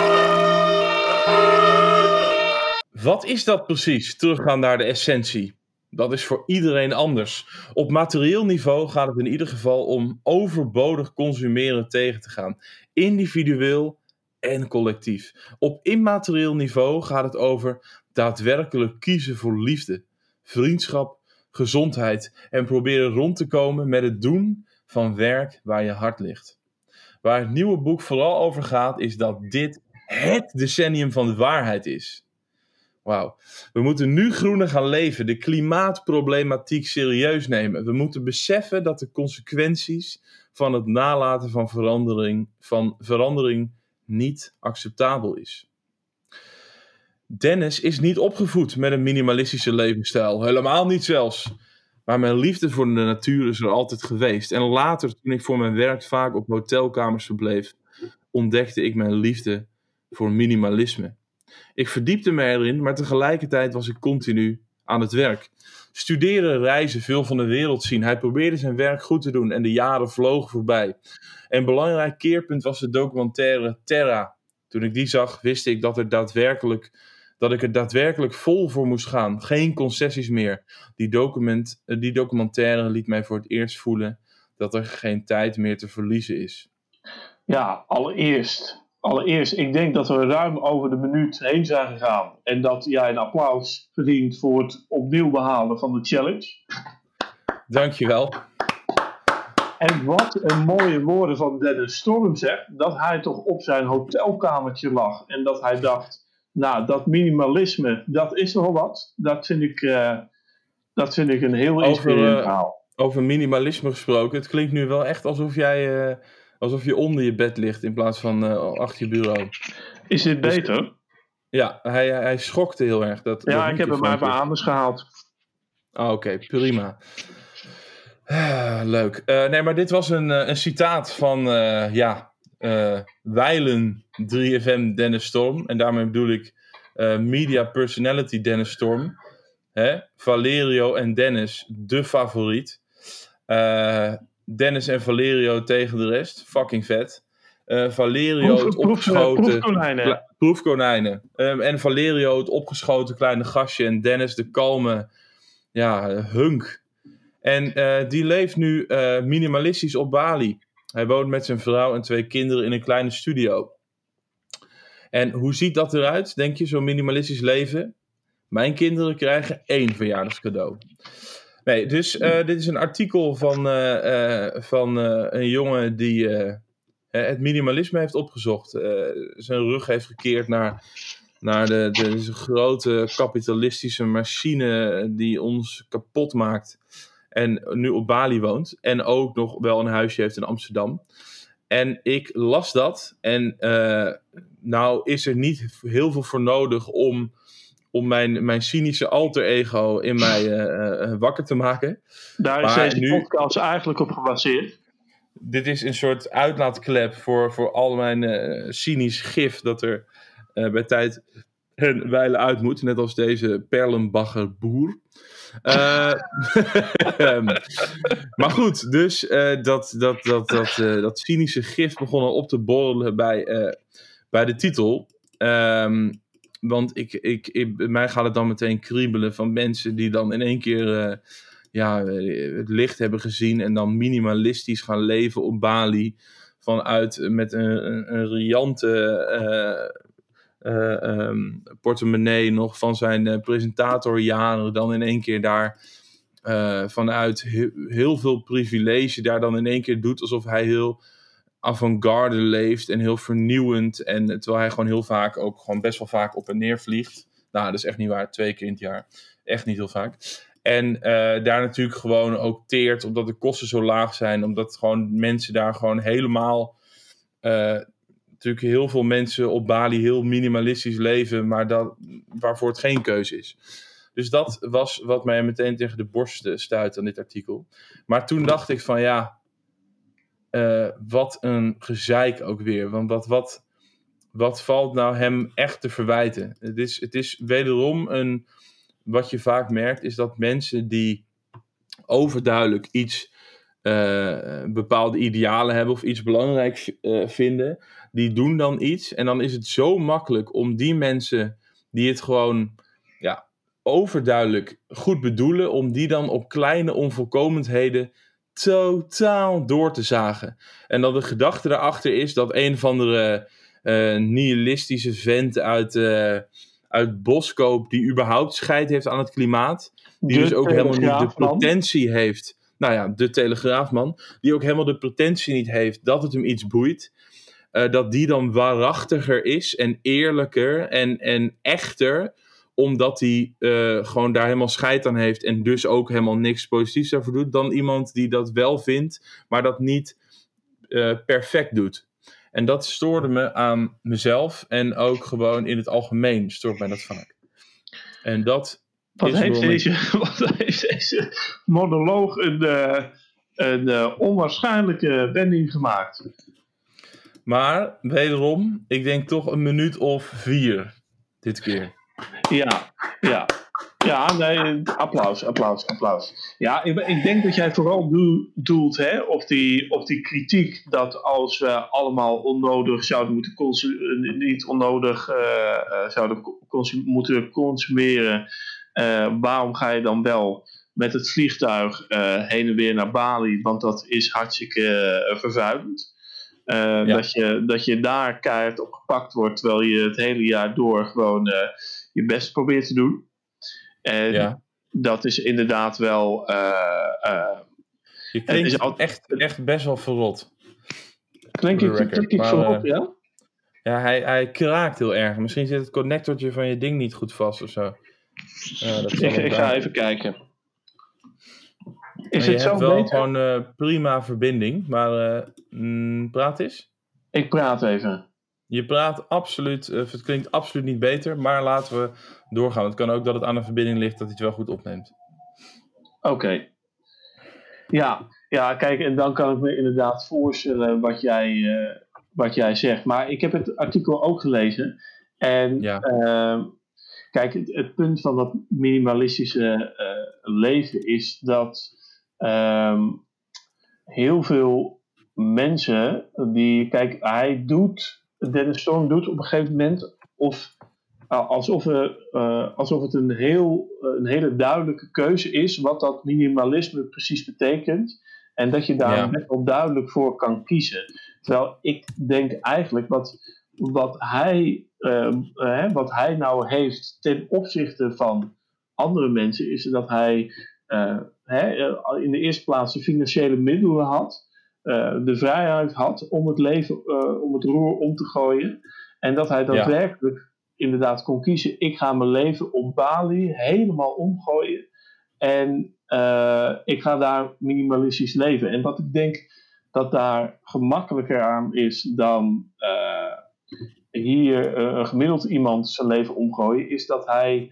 Wat is dat precies? Teruggaan naar de essentie. Dat is voor iedereen anders. Op materieel niveau gaat het in ieder geval om overbodig consumeren tegen te gaan. Individueel en collectief. Op immaterieel niveau gaat het over daadwerkelijk kiezen voor liefde, vriendschap, gezondheid en proberen rond te komen met het doen van werk waar je hart ligt. Waar het nieuwe boek vooral over gaat is dat dit het decennium van de waarheid is. Wauw. We moeten nu groener gaan leven, de klimaatproblematiek serieus nemen. We moeten beseffen dat de consequenties van het nalaten van verandering, van verandering niet acceptabel is. Dennis is niet opgevoed met een minimalistische levensstijl. Helemaal niet zelfs. Maar mijn liefde voor de natuur is er altijd geweest. En later, toen ik voor mijn werk vaak op hotelkamers verbleef, ontdekte ik mijn liefde voor minimalisme. Ik verdiepte me erin, maar tegelijkertijd was ik continu aan het werk. Studeren, reizen, veel van de wereld zien. Hij probeerde zijn werk goed te doen en de jaren vlogen voorbij. Een belangrijk keerpunt was de documentaire Terra. Toen ik die zag, wist ik dat, er daadwerkelijk, dat ik er daadwerkelijk vol voor moest gaan. Geen concessies meer. Die, document, die documentaire liet mij voor het eerst voelen dat er geen tijd meer te verliezen is. Ja, allereerst... Allereerst, ik denk dat we ruim over de minuut heen zijn gegaan. En dat jij een applaus verdient voor het opnieuw behalen van de challenge. Dankjewel. En wat een mooie woorden van Dennis Storm zegt. Dat hij toch op zijn hotelkamertje lag. En dat hij dacht, nou dat minimalisme, dat is wel wat. Dat vind ik, uh, dat vind ik een heel inspirerend verhaal. Uh, over minimalisme gesproken. Het klinkt nu wel echt alsof jij... Uh, Alsof je onder je bed ligt in plaats van uh, achter je bureau. Is dit beter? Dus, ja, hij, hij schokte heel erg. Dat, ja, dat ik heb hem maar even anders gehaald. Oh, oké, okay, prima. Ah, leuk. Uh, nee, maar dit was een, uh, een citaat van, uh, ja, uh, wijlen drie F M Dennis Storm. En daarmee bedoel ik uh, media personality Dennis Storm. Hè? Valerio en Dennis, de favoriet. Uh, Dennis en Valerio tegen de rest. Fucking vet. Uh, Valerio Proef, het opgeschoten... Proef, proefkonijnen. Kle- proefkonijnen. Um, en Valerio het opgeschoten kleine gastje. En Dennis de kalme ja, hunk. En uh, die leeft nu uh, minimalistisch op Bali. Hij woont met zijn vrouw en twee kinderen in een kleine studio. En hoe ziet dat eruit, denk je, zo'n minimalistisch leven? Mijn kinderen krijgen één verjaardagscadeau. Nee, dus uh, dit is een artikel van, uh, uh, van uh, een jongen die uh, het minimalisme heeft opgezocht. Uh, zijn rug heeft gekeerd naar naar de, de, deze grote kapitalistische machine die ons kapot maakt. En nu op Bali woont. En ook nog wel een huisje heeft in Amsterdam. En ik las dat. En uh, nou is er niet heel veel voor nodig om, om mijn, mijn cynische alter ego in mij uh, uh, wakker te maken. Daar is maar deze nu, podcast eigenlijk op gebaseerd. Dit is een soort uitlaatklep voor, voor al mijn uh, cynisch gif dat er uh, bij tijd en wijle uit moet. Net als deze Perlenbacher boer. Uh, maar goed, dus uh, dat, dat, dat, dat, uh, dat cynische gif begon al op te borrelen bij, uh, bij de titel. Um, want ik, ik, ik, bij mij gaat het dan meteen kriebelen van mensen die dan in één keer uh, ja, het licht hebben gezien en dan minimalistisch gaan leven op Bali. Vanuit uh, met een, een, een riante uh, Uh, um, portemonnee nog van zijn uh, presentatorjaren dan in één keer daar uh, vanuit he- heel veel privilege daar dan in één keer doet alsof hij heel avant-garde leeft en heel vernieuwend en terwijl hij gewoon heel vaak ook gewoon best wel vaak op en neer vliegt. Nou, dat is echt niet waar, twee keer in het jaar. Echt niet heel vaak. En uh, daar natuurlijk gewoon ook teert omdat de kosten zo laag zijn, omdat gewoon mensen daar gewoon helemaal uh, natuurlijk heel veel mensen op Bali heel minimalistisch leven, maar dat, waarvoor het geen keuze is. Dus dat was wat mij meteen tegen de borst stuit aan dit artikel. Maar toen dacht ik van ja, uh, wat een gezeik ook weer. Want wat, wat, wat valt nou hem echt te verwijten? Het is, het is wederom een, wat je vaak merkt, is dat mensen die overduidelijk iets Uh, bepaalde idealen hebben of iets belangrijk uh, vinden, die doen dan iets en dan is het zo makkelijk om die mensen die het gewoon ja, overduidelijk goed bedoelen, om die dan op kleine onvolkomenheden totaal door te zagen. En dat de gedachte daarachter is dat een of andere uh, nihilistische vent uit, uh, uit Boskoop die überhaupt scheid heeft aan het klimaat, die de dus ook helemaal niet de potentie heeft. Nou ja, de Telegraafman, die ook helemaal de pretentie niet heeft dat het hem iets boeit. Uh, dat die dan waarachtiger is en eerlijker en, en echter, omdat hij uh, gewoon daar helemaal scheid aan heeft en dus ook helemaal niks positiefs daarvoor doet, dan iemand die dat wel vindt, maar dat niet uh, perfect doet. En dat stoorde me aan mezelf en ook gewoon in het algemeen stoort mij dat vaak. En dat... Wat heeft, deze, wat heeft deze monoloog een, uh, een uh, onwaarschijnlijke wending gemaakt. Maar, wederom, ik denk toch een minuut of vier dit keer. Ja, ja. Ja, nee, applaus, applaus, applaus. Ja, ik, ik denk dat jij vooral do, doelt hè, op, die, op die kritiek dat als we allemaal onnodig zouden moeten consumeren, niet onnodig uh, zouden consum- moeten consumeren, uh, waarom ga je dan wel met het vliegtuig uh, heen en weer naar Bali? Want dat is hartstikke uh, vervuilend. Uh, ja. dat, je, dat je daar keihard op gepakt wordt, terwijl je het hele jaar door gewoon uh, je best probeert te doen. En ja. dat is inderdaad wel... Uh, uh, je klinkt is altijd, echt, echt best wel verrot. Klink ik, klink ik verrot, uh, ja? Ja, hij, hij kraakt heel erg. Misschien zit het connectortje van je ding niet goed vast of zo. Uh, dat ik ik ga even kijken. Is ja, het je zo hebt wel beter? Gewoon uh, prima verbinding, maar uh, mm, praat eens. Ik praat even. Je praat absoluut, uh, het klinkt absoluut niet beter, maar laten we doorgaan. Het kan ook dat het aan de verbinding ligt dat hij het wel goed opneemt. Oké. Okay. Ja, ja, kijk, en dan kan ik me inderdaad voorstellen wat jij, uh, wat jij zegt. Maar ik heb het artikel ook gelezen. En ja. uh, kijk, het, het punt van dat minimalistische uh, leven is dat um, heel veel mensen die, kijk, hij doet, Dennis Storm doet op een gegeven moment of uh, alsof, er, uh, alsof het een, heel, uh, een hele duidelijke keuze is wat dat minimalisme precies betekent en dat je daar ja. best wel duidelijk voor kan kiezen. Terwijl ik denk eigenlijk wat, wat, hij, uh, uh, wat hij nou heeft ten opzichte van andere mensen is dat hij uh, hè, in de eerste plaats de financiële middelen had. Uh, de vrijheid had om het leven, uh, om het roer om te gooien. En dat hij daadwerkelijk inderdaad kon kiezen, ik ga mijn leven op Bali helemaal omgooien. En uh, ik ga daar minimalistisch leven. En wat ik denk dat daar gemakkelijker aan is dan uh, hier uh, een gemiddeld iemand zijn leven omgooien, is dat hij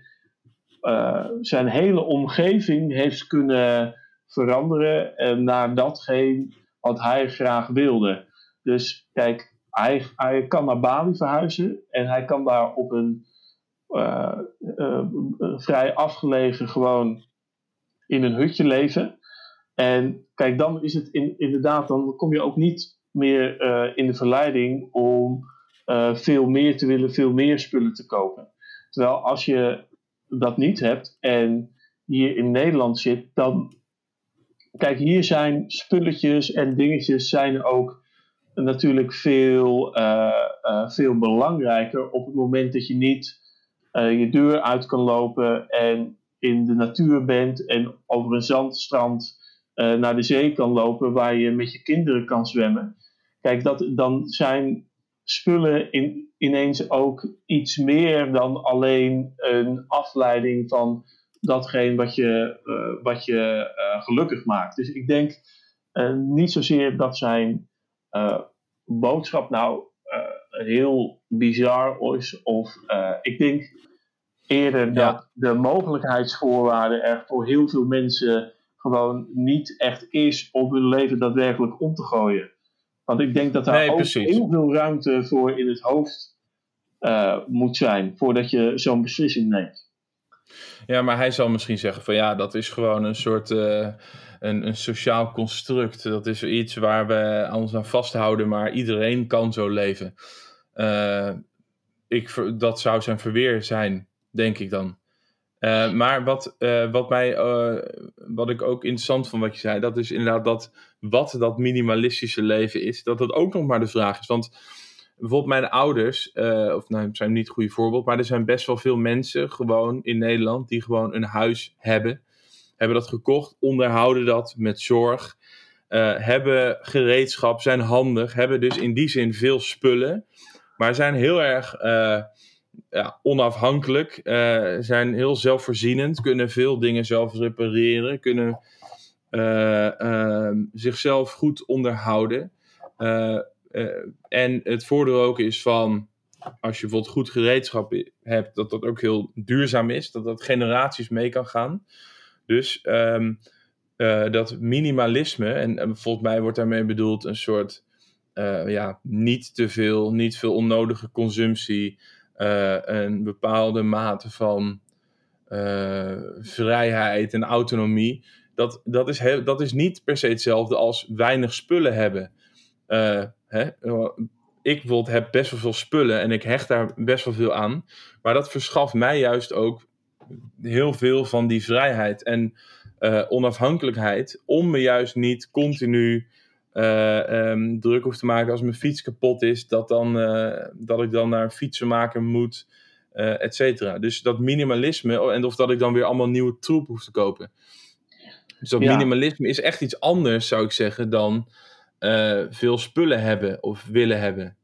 uh, zijn hele omgeving heeft kunnen veranderen uh, naar datgene wat hij graag wilde. Dus kijk, hij, hij kan naar Bali verhuizen en hij kan daar op een uh, uh, uh, vrij afgelegen gewoon in een hutje leven. En kijk, dan is het in, inderdaad, dan kom je ook niet meer uh, in de verleiding om uh, veel meer te willen, veel meer spullen te kopen. Terwijl als je dat niet hebt en hier in Nederland zit, dan kijk, hier zijn spulletjes en dingetjes zijn ook natuurlijk veel, uh, uh, veel belangrijker op het moment dat je niet uh, je deur uit kan lopen en in de natuur bent en over een zandstrand uh, naar de zee kan lopen waar je met je kinderen kan zwemmen. Kijk, dat, dan zijn spullen in, ineens ook iets meer dan alleen een afleiding van datgene wat je, uh, wat je uh, gelukkig maakt. Dus ik denk uh, niet zozeer dat zijn uh, boodschap nou uh, heel bizar is. Of uh, ik denk eerder dat Ja. de mogelijkheidsvoorwaarde er voor heel veel mensen gewoon niet echt is om hun leven daadwerkelijk om te gooien. Want ik denk dat daar Nee, ook precies. heel veel ruimte voor in het hoofd uh, moet zijn voordat je zo'n beslissing neemt. Ja, maar hij zal misschien zeggen van ja, dat is gewoon een soort uh, een, een sociaal construct. Dat is iets waar we ons aan vasthouden, maar iedereen kan zo leven. Uh, ik, dat zou zijn verweer zijn, denk ik dan. Uh, maar wat, uh, wat, mij, uh, wat ik ook interessant vond wat je zei, dat is inderdaad dat wat dat minimalistische leven is, dat dat ook nog maar de vraag is. Want bijvoorbeeld mijn ouders, uh, of nou, zijn niet het goede voorbeeld, maar er zijn best wel veel mensen gewoon in Nederland die gewoon een huis hebben. Hebben dat gekocht, onderhouden dat met zorg, uh, hebben gereedschap, zijn handig, hebben dus in die zin veel spullen, maar zijn heel erg uh, ja, onafhankelijk, uh, zijn heel zelfvoorzienend, kunnen veel dingen zelf repareren, kunnen uh, uh, zichzelf goed onderhouden. Uh, Uh, en het voordeel ook is van, als je bijvoorbeeld goed gereedschap hebt, dat dat ook heel duurzaam is, dat dat generaties mee kan gaan. Dus um, uh, dat minimalisme, en, en volgens mij wordt daarmee bedoeld een soort, uh, ja, niet te veel, niet veel onnodige consumptie, uh, een bepaalde mate van uh, vrijheid en autonomie. Dat, dat, is heel, dat is niet per se hetzelfde als weinig spullen hebben. Uh, hè? Ik bijvoorbeeld heb best wel veel spullen en ik hecht daar best wel veel aan. Maar dat verschaft mij juist ook heel veel van die vrijheid en uh, onafhankelijkheid. Om me juist niet continu uh, um, druk hoef te maken als mijn fiets kapot is. Dat, dan, uh, dat ik dan naar een fietsenmaker moet, uh, et cetera. Dus dat minimalisme, en of dat ik dan weer allemaal nieuwe troep hoef te kopen. Dus dat ja. minimalisme is echt iets anders, zou ik zeggen, dan Uh, veel spullen hebben of willen hebben.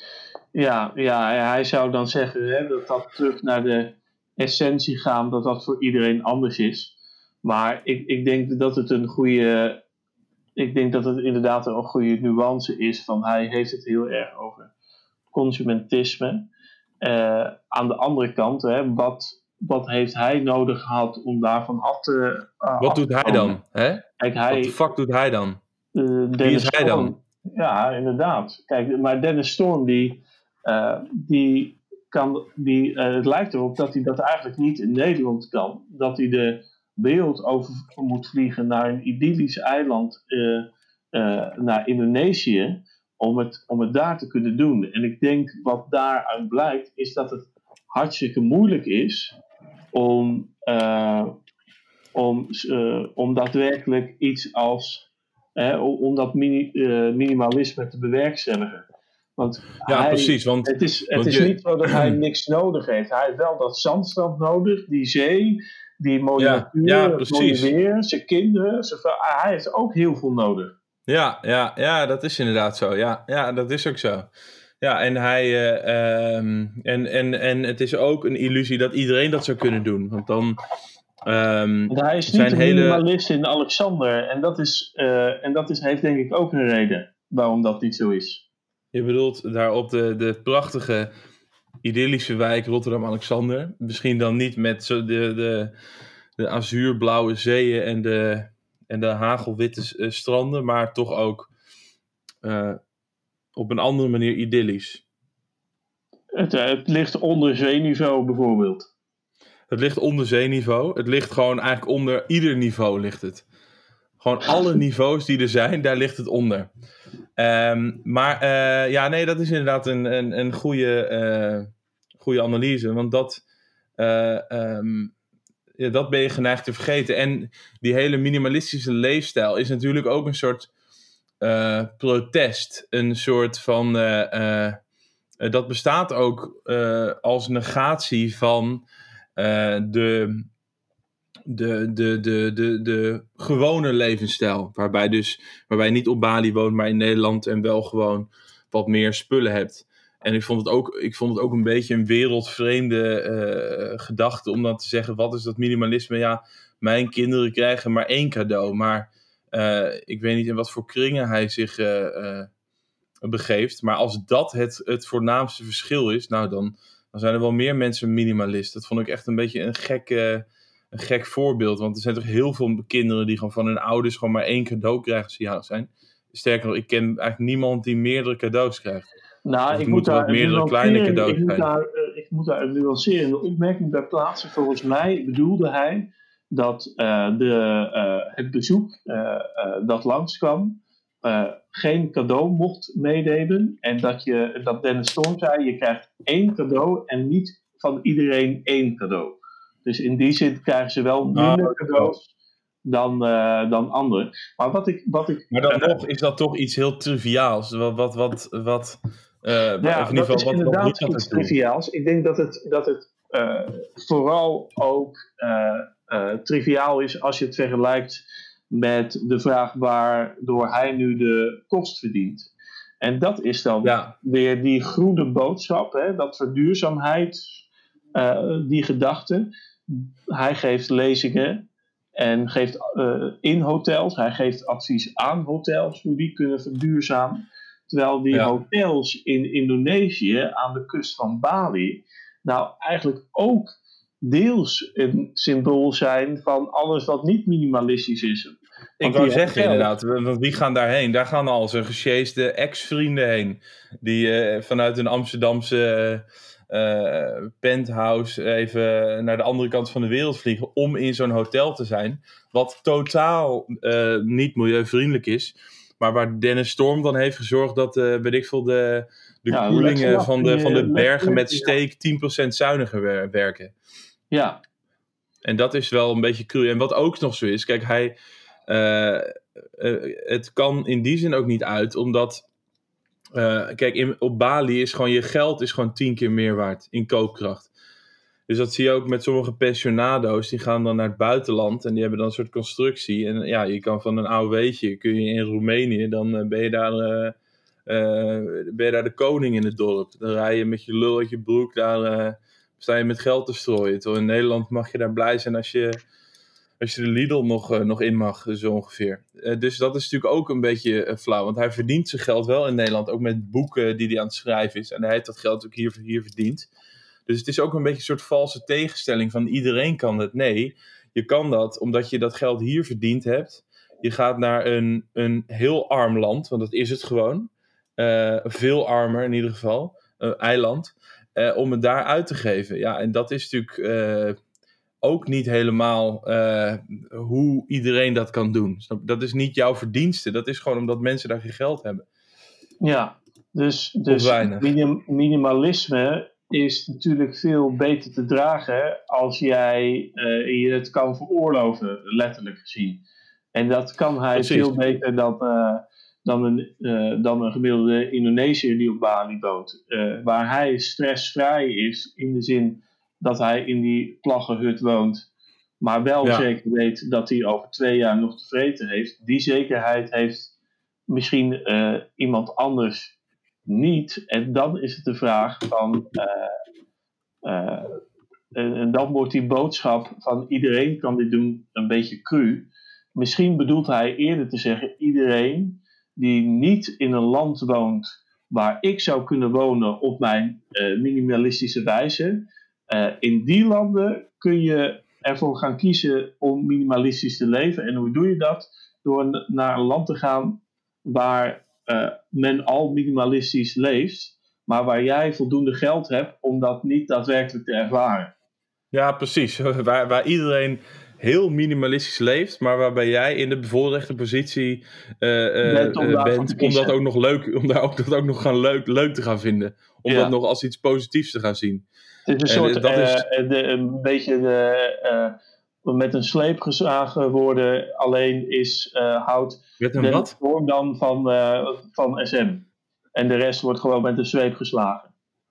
Ja, ja, hij zou dan zeggen hè, dat dat terug naar de essentie gaan, dat dat voor iedereen anders is. Maar ik, ik denk dat het een goede, ik denk dat het inderdaad een goede nuance is van hij heeft het heel erg over consumentisme. Uh, aan de andere kant, hè, wat, wat heeft hij nodig gehad om daarvan af te uh, Wat af doet te hij dan? Hè? Kijk, hij, wat de fuck doet hij dan? Uh, Wie is hij Storm, dan? Ja, inderdaad. Kijk, maar Dennis Storm, die, uh, die kan, die, uh, het lijkt erop dat hij dat eigenlijk niet in Nederland kan. Dat hij de wereld over moet vliegen naar een idyllisch eiland, uh, uh, naar Indonesië, om het, om het daar te kunnen doen. En ik denk wat daaruit blijkt, is dat het hartstikke moeilijk is om, uh, om, uh, om daadwerkelijk iets als Eh, om dat mini, uh, minimalisme te bewerkstelligen. Want ja, hij, precies. Want, het is, het want is je... niet zo dat hij niks nodig heeft. Hij heeft wel dat zandstrand nodig, die zee, die mooie ja, natuur, ja, het mooie weer, zijn kinderen. Zijn vrouw. Hij heeft ook heel veel nodig. Ja, ja, ja, dat is inderdaad zo. Ja, ja, dat is ook zo. Ja, en hij. Uh, um, en, en, en het is ook een illusie dat iedereen dat zou kunnen doen. Want dan. Um, Want hij is zijn niet een hele... minimalist in Alexander. En dat, is, uh, en dat is, heeft denk ik ook een reden waarom dat niet zo is. Je bedoelt daar op de, de prachtige, idyllische wijk Rotterdam-Alexander. Misschien dan niet met zo de, de, de azuurblauwe zeeën en de, en de hagelwitte uh, stranden. Maar toch ook uh, op een andere manier idyllisch. Het, het ligt onder zeeniveau bijvoorbeeld. Het ligt onder zeeniveau. Het ligt gewoon eigenlijk onder ieder niveau ligt het. Gewoon alle niveaus die er zijn, daar ligt het onder. Um, maar uh, ja, nee, dat is inderdaad een, een, een goede, uh, goede analyse. Want dat, uh, um, ja, dat ben je geneigd te vergeten. En die hele minimalistische leefstijl is natuurlijk ook een soort uh, protest. Een soort van... Uh, uh, dat bestaat ook uh, als negatie van... Uh, de, de, de, de, de, de gewone levensstijl. Waarbij, dus, waarbij je niet op Bali woont, maar in Nederland en wel gewoon wat meer spullen hebt. En ik vond het ook, ik vond het ook een beetje een wereldvreemde uh, gedachte om dan te zeggen, wat is dat minimalisme? Ja, mijn kinderen krijgen maar één cadeau. Maar uh, ik weet niet in wat voor kringen hij zich uh, uh, begeeft. Maar als dat het, het voornaamste verschil is, nou dan... dan zijn er wel meer mensen minimalist. Dat vond ik echt een beetje een gekke, een gek voorbeeld. Want er zijn toch heel veel kinderen die gewoon van hun ouders gewoon maar één cadeau krijgen als ze jarig zijn. Sterker nog, ik ken eigenlijk niemand die meerdere cadeaus krijgt. Nou, dus ik moet er wat meerdere kleine cadeaus ik moet zijn. Daar, uh, ik moet daar een nuancerende opmerking bij plaatsen. Volgens mij bedoelde hij dat uh, de, uh, het bezoek uh, uh, dat langskwam... Uh, geen cadeau mocht meenemen. En dat, je, dat Dennis Storm zei, je krijgt één cadeau en niet van iedereen één cadeau. Dus in die zin krijgen ze wel minder oh, cadeaus dan, uh, dan anderen. Maar wat ik... Wat ik maar dan uh, nog is dat toch iets heel triviaals. Wat... wat, wat, wat uh, ja, of in ieder geval, dat is wat, inderdaad wat dat iets triviaals. Ik denk dat het, dat het uh, vooral ook uh, uh, triviaal is als je het vergelijkt... met de vraag waardoor hij nu de kost verdient. En dat is dan ja. weer die groene boodschap, hè, dat verduurzaamheid, uh, die gedachte. Hij geeft lezingen en geeft uh, in hotels, hij geeft advies aan hotels hoe die kunnen verduurzamen. Terwijl die ja. hotels in Indonesië aan de kust van Bali nou eigenlijk ook deels een symbool zijn van alles wat niet minimalistisch is. Ik wou zeggen geld. inderdaad, want wie gaan daarheen? Daar gaan al zijn gesjeesde ex-vrienden heen. Die uh, vanuit een Amsterdamse uh, penthouse even naar de andere kant van de wereld vliegen om in zo'n hotel te zijn. Wat totaal uh, niet milieuvriendelijk is. Maar waar Dennis Storm dan heeft gezorgd dat uh, weet ik veel, de, de ja, koelingen van de, van de bergen met steek tien procent zuiniger werken. Ja. En dat is wel een beetje cru. En wat ook nog zo is, kijk, hij... Uh, uh, het kan in die zin ook niet uit, omdat uh, kijk, in, op Bali is gewoon je geld is gewoon tien keer meer waard in koopkracht. Dus dat zie je ook met sommige pensionado's, die gaan dan naar het buitenland en die hebben dan een soort constructie. En ja, je kan van een A O W'tje, kun je in Roemenië, dan uh, ben je daar uh, uh, ben je daar de koning in het dorp. Dan rij je met je lul uit je broek, daar uh, sta je met geld te strooien. Terwijl in Nederland mag je daar blij zijn als je Als je de Lidl nog, uh, nog in mag, zo ongeveer. Uh, dus dat is natuurlijk ook een beetje uh, flauw. Want hij verdient zijn geld wel in Nederland. Ook met boeken die hij aan het schrijven is. En hij heeft dat geld ook hier, hier verdiend. Dus het is ook een beetje een soort valse tegenstelling van iedereen kan het. Nee, je kan dat omdat je dat geld hier verdiend hebt. Je gaat naar een, een heel arm land. Want dat is het gewoon. Uh, veel armer in ieder geval. Uh, eiland. Uh, om het daar uit te geven. Ja, en dat is natuurlijk... Uh, ook niet helemaal uh, hoe iedereen dat kan doen. Dat is niet jouw verdienste. Dat is gewoon omdat mensen daar geen geld hebben. Ja, dus, dus minim, minimalisme is natuurlijk veel beter te dragen als jij uh, je het kan veroorloven, letterlijk gezien. En dat kan hij Precies. veel beter dan, uh, dan, een, uh, dan een gemiddelde Indonesiër die op Bali woont. Uh, waar hij stressvrij is in de zin... dat hij in die plaggenhut woont, maar wel ja. zeker weet dat hij over twee jaar nog te vreten heeft. Die zekerheid heeft misschien uh, iemand anders niet. En dan is het de vraag van... Uh, uh, en, en dan wordt die boodschap van iedereen kan dit doen een beetje cru. Misschien bedoelt hij eerder te zeggen... iedereen die niet in een land woont... waar ik zou kunnen wonen op mijn uh, minimalistische wijze... Uh, in die landen kun je ervoor gaan kiezen om minimalistisch te leven. En hoe doe je dat? Door naar een land te gaan waar uh, men al minimalistisch leeft, maar waar jij voldoende geld hebt om dat niet daadwerkelijk te ervaren. Ja, precies. Waar, waar iedereen heel minimalistisch leeft, maar waarbij jij in de bevoorrechte positie uh, uh, bent, om, uh, bent om dat ook nog leuk, om daar ook, dat ook nog gaan leuk, leuk te gaan vinden. Om ja. dat nog als iets positiefs te gaan zien. Het is een soort, dat uh, is... de, een beetje de, uh, met een sleep geslagen worden, alleen is uh, hout met een wat? vorm dan van, uh, van S M. En de rest wordt gewoon met een zweep geslagen.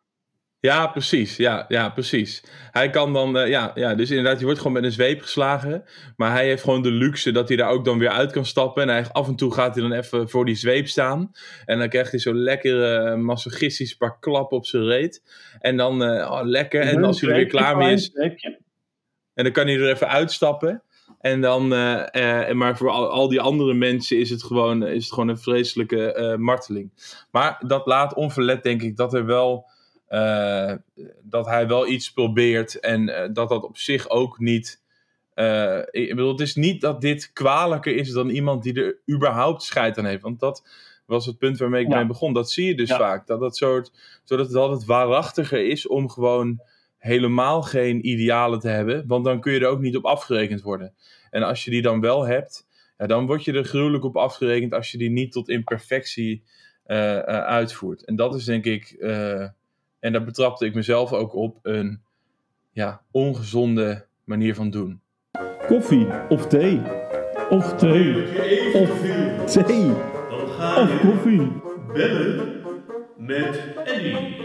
Ja, precies. Ja, ja, precies. Hij kan dan, uh, ja, ja, dus inderdaad, je wordt gewoon met een zweep geslagen. Maar hij heeft gewoon de luxe dat hij daar ook dan weer uit kan stappen. En hij, af en toe gaat hij dan even voor die zweep staan. En dan krijgt hij zo lekker uh, masochistisch paar klappen op zijn reet. En dan, uh, oh, lekker. En als hij er weer klaar mee is. En dan kan hij er even uitstappen. En dan, uh, uh, maar voor al, al die andere mensen is het gewoon, is het gewoon een vreselijke uh, marteling. Maar dat laat onverlet, denk ik, dat er wel... Uh, dat hij wel iets probeert en uh, dat dat op zich ook niet... Uh, ik bedoel, het is niet dat dit kwalijker is dan iemand die er überhaupt scheid aan heeft. Want dat was het punt waarmee ik ja. mee begon. Dat zie je dus ja. vaak. Dat het soort, zodat het altijd waarachtiger is om gewoon helemaal geen idealen te hebben. Want dan kun je er ook niet op afgerekend worden. En als je die dan wel hebt, ja, dan word je er gruwelijk op afgerekend als je die niet tot imperfectie uh, uh, uitvoert. En dat is denk ik... Uh, En daar betrapte ik mezelf ook op een ja, ongezonde manier van doen. Koffie of thee. Of thee. Of thee. Dan ga of koffie. Bellen met Eddie.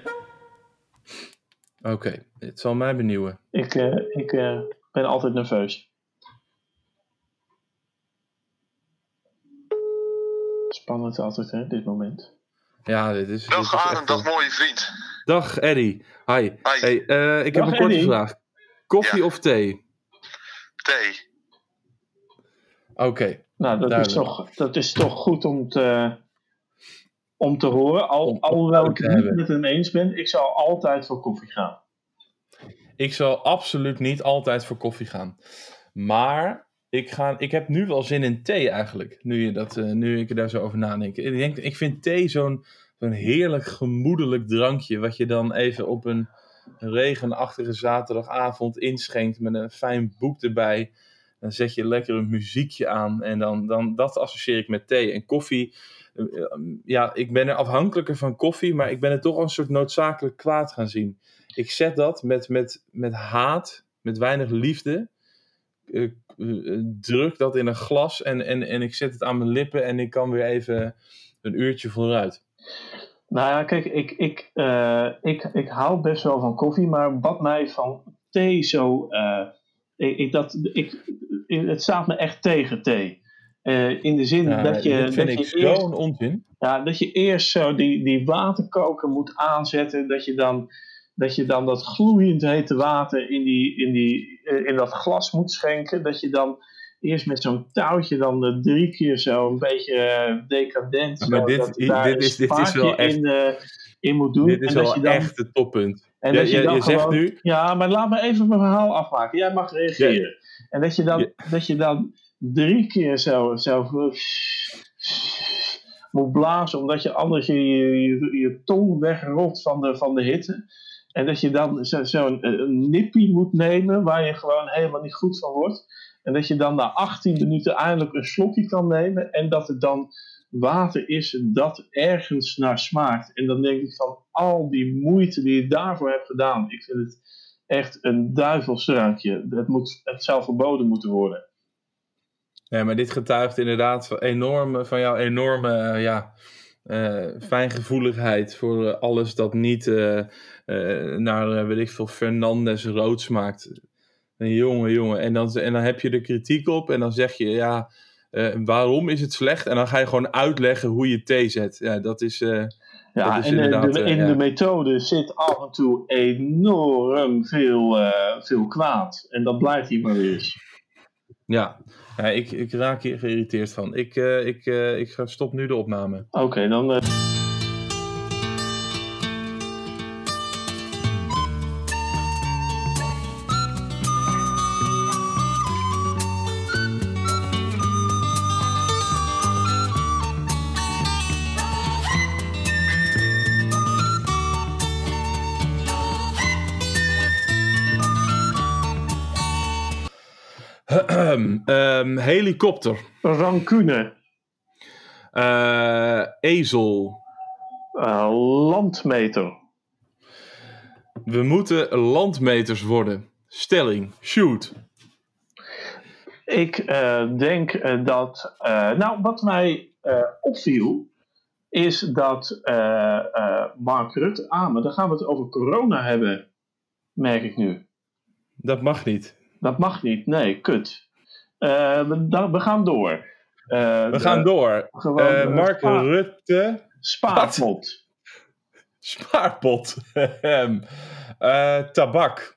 Oké, okay, dit zal mij benieuwen. Ik, uh, ik uh, ben altijd nerveus. Spannend altijd, hè, dit moment. Ja, dit is... Dag dit is Arend, dag mooie vriend. Dag Eddie, hi. Hi. Hey, uh, ik dag, heb een korte Eddie. vraag. Koffie ja. of thee? Thee. Oké. Okay, nou, dat is, toch, dat is toch goed om te, om te horen. Al, alhoewel ik het niet met hem eens ben, ik zou altijd voor koffie gaan. Ik zal absoluut niet altijd voor koffie gaan. Maar... Ik, ga, ik heb nu wel zin in thee eigenlijk, nu, je dat, uh, nu ik er daar zo over nadenk. Ik, denk, ik vind thee zo'n, zo'n heerlijk gemoedelijk drankje, wat je dan even op een regenachtige zaterdagavond inschenkt met een fijn boek erbij. Dan zet je lekker een muziekje aan en dan, dan, dat associeer ik met thee. En koffie, uh, ja, ik ben er afhankelijker van koffie, maar ik ben er toch een soort noodzakelijk kwaad gaan zien. Ik zet dat met, met, met haat, met weinig liefde... Uh, uh, druk dat in een glas en, en, en ik zet het aan mijn lippen en ik kan weer even een uurtje vooruit. Nou ja, kijk, ik, ik, uh, ik, ik hou best wel van koffie, maar wat mij van thee zo... Uh, ik, ik, dat, ik, het staat me echt tegen thee. Uh, in de zin ja, dat je... Dat vind dat ik je eerst, zo'n onzin. Ja, dat je eerst zo die, die waterkoker moet aanzetten, dat je dan... Dat je dan dat gloeiend hete water in, die, in, die, in dat glas moet schenken. Dat je dan eerst met zo'n touwtje dan uh, drie keer zo een beetje uh, decadent. Ja, maar zo, dit, dat dit, daar dit, is, dit is wel echt, in, uh, in moet doen. Dit is en wel dat je dan, echt het toppunt. En ja, dat je ja, dan je gewoon, zegt nu... Ja, maar laat me even mijn verhaal afmaken. Jij mag reageren. Ja. En dat je dan, ja. dat je dan drie keer zo... zo moet blazen, omdat je anders je, je, je, je tong wegrolt van de, van de hitte. En dat je dan zo'n zo een nippie moet nemen, waar je gewoon helemaal niet goed van wordt. En dat je dan na achttien minuten eindelijk een slokje kan nemen. En dat het dan water is dat ergens naar smaakt. En dan denk ik van al die moeite die je daarvoor hebt gedaan. Ik vind het echt een duivelsdrankje. Het, moet, het zou verboden moeten worden. Ja, maar dit getuigt inderdaad van, enorm, van jouw enorme uh, ja, uh, fijngevoeligheid voor uh, alles dat niet uh, uh, naar, uh, weet ik veel, Fernandes rood smaakt. Een jongen, jongen. En dan, en dan heb je er kritiek op en dan zeg je, ja, uh, waarom is het slecht? En dan ga je gewoon uitleggen hoe je thee zet. Ja, dat is... Uh, Ja, dat is en de, inderdaad, de, uh, in ja. de methode zit af en toe enorm veel, uh, veel kwaad. En dat blijft hier maar eens. Ja, ja ik, ik raak hier geïrriteerd van. Ik, uh, ik, uh, ik ga stop nu de opname. Oké, okay, dan... Uh... um, helikopter. Rancune. Uh, ezel. Uh, landmeter. We moeten landmeters worden. Stelling. Shoot. Ik uh, denk uh, dat... Uh, nou, wat mij uh, opviel... is dat uh, uh, Mark Rutte... Ah, maar dan gaan we het over corona hebben. Merk ik nu. Dat mag niet. Dat mag niet. Nee, kut. Uh, we, we gaan door. Uh, we gaan uh, door. Gewoon, uh, Mark spa- Rutte... Spaarpot. Spaarpot. uh, tabak.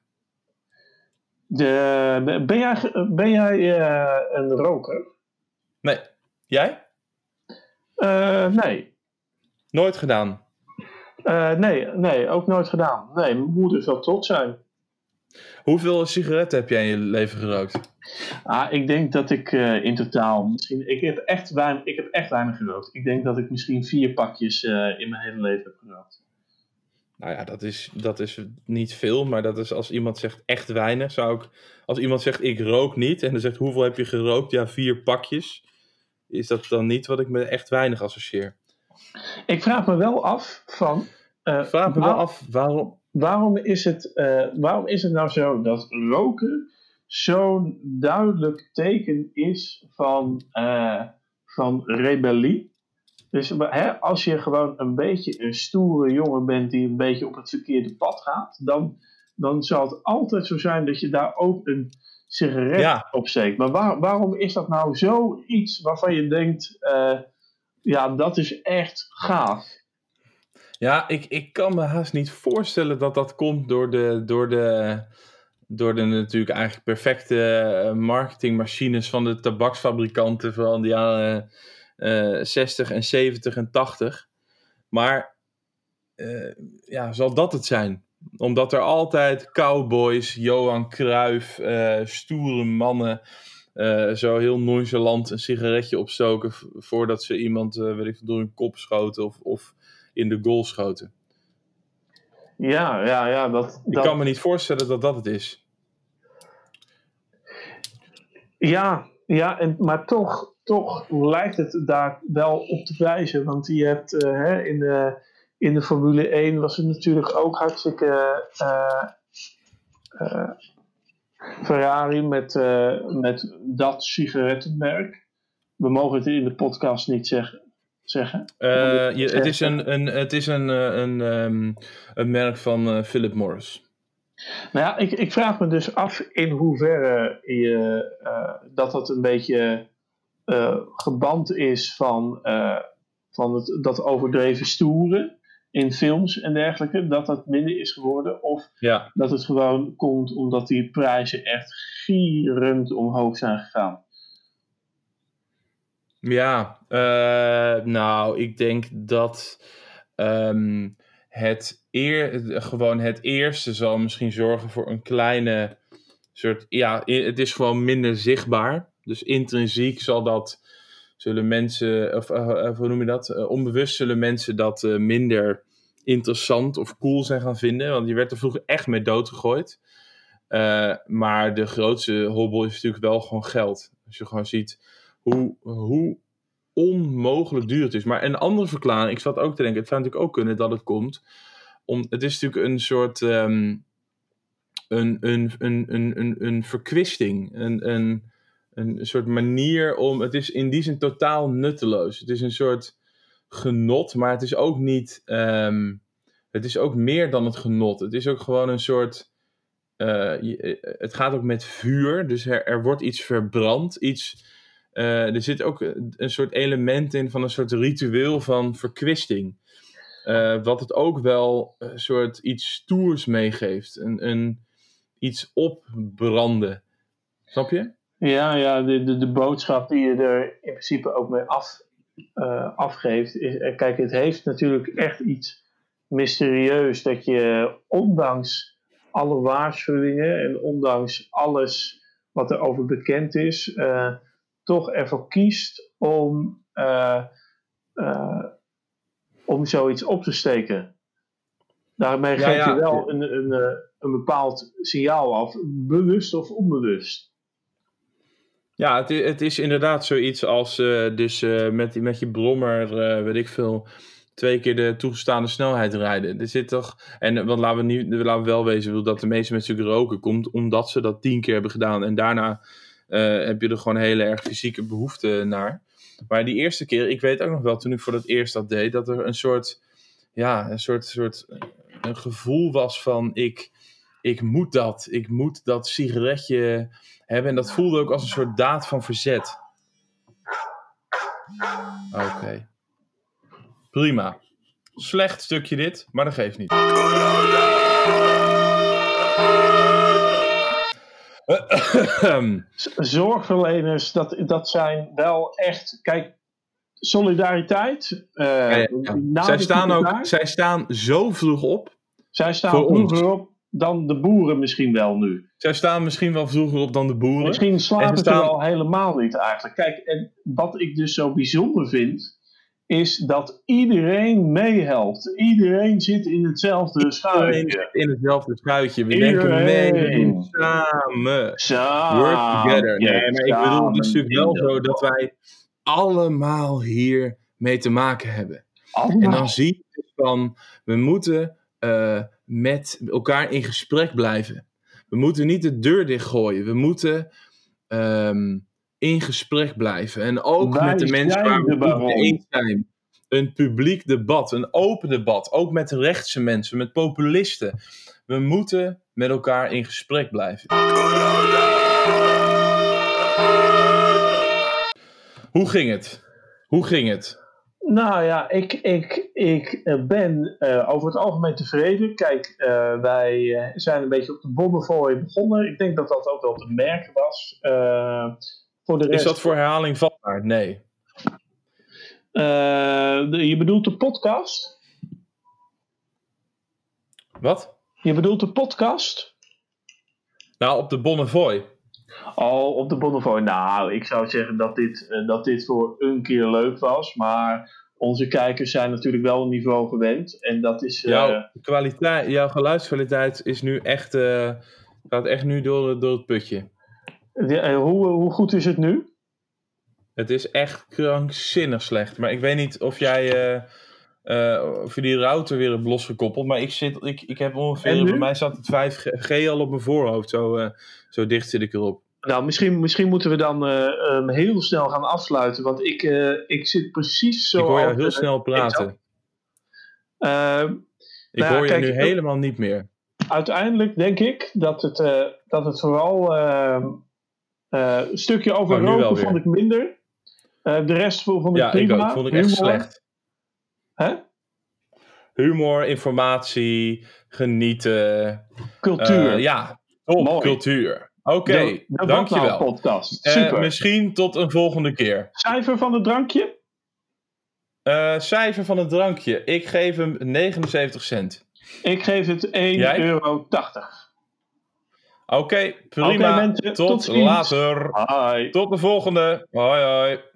De, ben jij, ben jij uh, een roker? Nee. Jij? Uh, nee. Nooit gedaan? Uh, nee, nee, ook nooit gedaan. Nee, mijn moeder zal trots zijn. Hoeveel sigaretten heb jij in je leven gerookt? Ah, ik denk dat ik uh, in totaal misschien... Ik heb, echt weinig, ik heb echt weinig gerookt. Ik denk dat ik misschien vier pakjes uh, in mijn hele leven heb gerookt. Nou ja, dat is, dat is niet veel, maar dat is als iemand zegt echt weinig, zou ik... Als iemand zegt ik rook niet en dan zegt hoeveel heb je gerookt? Ja, vier pakjes. Is dat dan niet wat ik met echt weinig associeer? Ik vraag me wel af van... Uh, vraag me waar, wel af waarom... Waarom is, het, uh, waarom is het nou zo dat roken zo'n duidelijk teken is van, uh, van rebellie? Dus hè, als je gewoon een beetje een stoere jongen bent die een beetje op het verkeerde pad gaat, dan, dan zal het altijd zo zijn dat je daar ook een sigaret ja. op steekt. Maar waar, waarom is dat nou zoiets waarvan je denkt, uh, ja, dat is echt gaaf? Ja, ik, ik kan me haast niet voorstellen dat dat komt door de, door de, door de natuurlijk eigenlijk perfecte marketingmachines van de tabaksfabrikanten van de jaren uh, zestig en zeventig en tachtig. Maar uh, ja, zal dat het zijn? Omdat er altijd cowboys, Johan Cruijff, uh, stoere mannen uh, zo heel nonchalant een sigaretje opstoken v- voordat ze iemand uh, weet ik, door hun kop schoten of... of in de goal schoten. Ja, ja, ja. Dat, ik dat... kan me niet voorstellen dat dat het is. Ja, ja en, maar toch, toch lijkt het daar wel op te wijzen. Want je hebt uh, hè, in, de, in de Formule één was het natuurlijk ook hartstikke uh, uh, Ferrari met, uh, met dat sigarettenmerk. We mogen het in de podcast niet zeggen. Zeggen? Uh, je, het is een, een, het is een, een, um, een merk van uh, Philip Morris. Nou ja, ik, ik vraag me dus af in hoeverre je, uh, dat dat een beetje uh, geband is van, uh, van het, dat overdreven stoeren in films en dergelijke. Dat dat minder is geworden. Of ja. dat het gewoon komt omdat die prijzen echt gierend omhoog zijn gegaan. Ja, uh, nou, ik denk dat um, het, eer, gewoon het eerste zal misschien zorgen voor een kleine soort... Ja, het is gewoon minder zichtbaar. Dus intrinsiek zal dat, zullen mensen, of uh, hoe noem je dat? Uh, onbewust zullen mensen dat uh, minder interessant of cool zijn gaan vinden. Want je werd er vroeger echt mee doodgegooid. Uh, maar de grootste hobbel is natuurlijk wel gewoon geld. Als je gewoon ziet... Hoe, hoe onmogelijk duur het is. Maar een andere verklaring, ik zat ook te denken, het zou natuurlijk ook kunnen dat het komt. Om, het is natuurlijk een soort um, een, een, een, een, een, een verkwisting. Een, een, een soort manier om, het is in die zin totaal nutteloos. Het is een soort genot, maar het is ook niet, um, het is ook meer dan het genot. Het is ook gewoon een soort, uh, je, het gaat ook met vuur, dus er, er wordt iets verbrand, iets... Uh, er zit ook een soort element in van een soort ritueel van verkwisting. Uh, wat het ook wel een soort iets stoers meegeeft. Een, een, iets opbranden. Snap je? Ja, ja de, de, de boodschap die je er in principe ook mee af, uh, afgeeft. Is, kijk, het heeft natuurlijk echt iets mysterieus. Dat je ondanks alle waarschuwingen en ondanks alles wat er over bekend is, uh, toch ervoor kiest om, uh, uh, om zoiets op te steken. Daarmee Ja, geef ja. je wel een, een, een, een bepaald signaal af, bewust of onbewust. Ja, het is, het is inderdaad zoiets als uh, dus uh, met, met je brommer, uh, weet ik veel, twee keer de toegestaande snelheid rijden. Er zit toch, en want laten we, niet, laten we wel wezen dat de meeste mensen roken komt omdat ze dat tien keer hebben gedaan. En daarna uh, heb je er gewoon hele erg fysieke behoefte naar. Maar die eerste keer, ik weet ook nog wel, toen ik voor dat eerst dat deed, dat er een soort, ja, een soort, soort een gevoel was van ik, ik moet dat, ik moet dat sigaretje hebben. En dat voelde ook als een soort daad van verzet. Oké. Okay. Prima. Slecht stukje dit, maar dat geeft niet. Zorgverleners, dat, dat zijn wel echt... Kijk, solidariteit. Uh, ja, ja, ja. Zij, staan ook, zij staan zo vroeg op. Zij staan vroeger op dan de boeren misschien wel nu. Zij staan misschien wel vroeger op dan de boeren. Misschien slaat het staan... er al helemaal niet eigenlijk. Kijk, en wat ik dus zo bijzonder vind, is dat iedereen meehelpt. Iedereen zit in hetzelfde schuitje. In hetzelfde schuitje. We iedereen. denken mee, we doen samen. Samen. Work together. Nee, maar ik bedoel, het is natuurlijk wel zo dat wij allemaal hier mee te maken hebben. Allemaal. En dan zie je van, we moeten uh, met elkaar in gesprek blijven. We moeten niet de deur dichtgooien. We moeten um, in gesprek blijven. En ook Wij met de mensen waar we het niet mee eens zijn. Een publiek debat, een open debat. Ook met rechtse mensen, met populisten. We moeten met elkaar in gesprek blijven. Hoe ging het? Hoe ging het? Nou ja, ik, ik, ik ben uh, over het algemeen tevreden. Kijk, uh, wij uh, zijn een beetje op de Bonnefoy begonnen. Ik denk dat dat ook wel te merken was. Uh, voor de rest... Is dat voor herhaling vatbaar? Nee. Uh, de, je bedoelt de podcast? Wat? Je bedoelt de podcast? Nou, op de Bonnefoy. Oh, op de Bonnefoy. Nou, ik zou zeggen dat dit, uh, dat dit voor een keer leuk was. Maar onze kijkers zijn natuurlijk wel een niveau gewend. En dat is... Uh... Jouw, kwaliteit, jouw geluidskwaliteit is nu echt, uh, gaat echt nu door, door het putje. De, uh, hoe, hoe goed is het nu? Het is echt krankzinnig slecht. Maar ik weet niet of jij... Uh, uh, of je die router weer hebt losgekoppeld. Maar ik, zit, ik, ik heb ongeveer... Bij mij zat het vijf G al op mijn voorhoofd. Zo, uh, zo dicht zit ik erop. Nou, misschien, misschien moeten we dan uh, um, heel snel gaan afsluiten. Want ik, uh, ik zit precies zo... Ik hoor jou al, heel uh, snel praten. Uh, ik nou hoor ja, je kijk, nu helemaal niet meer. Uiteindelijk denk ik dat het, uh, dat het vooral... Uh, uh, een stukje over oh, roken vond ik minder. Uh, de rest vond ik ja, prima. Ja, ik ook. Vond ik echt Humor. slecht. Hè? Humor, informatie, genieten. Cultuur. Uh, ja, top, mooi. Cultuur. Oké, okay, dankjewel. Nou podcast. Super. Uh, misschien tot een volgende keer. Cijfer van het drankje? Uh, cijfer van het drankje. Ik geef hem negenenzeventig cent. Ik geef het één euro tachtig. Oké, okay, prima. Okay, mensen, tot, tot later. Hi. Tot de volgende. Hoi hoi.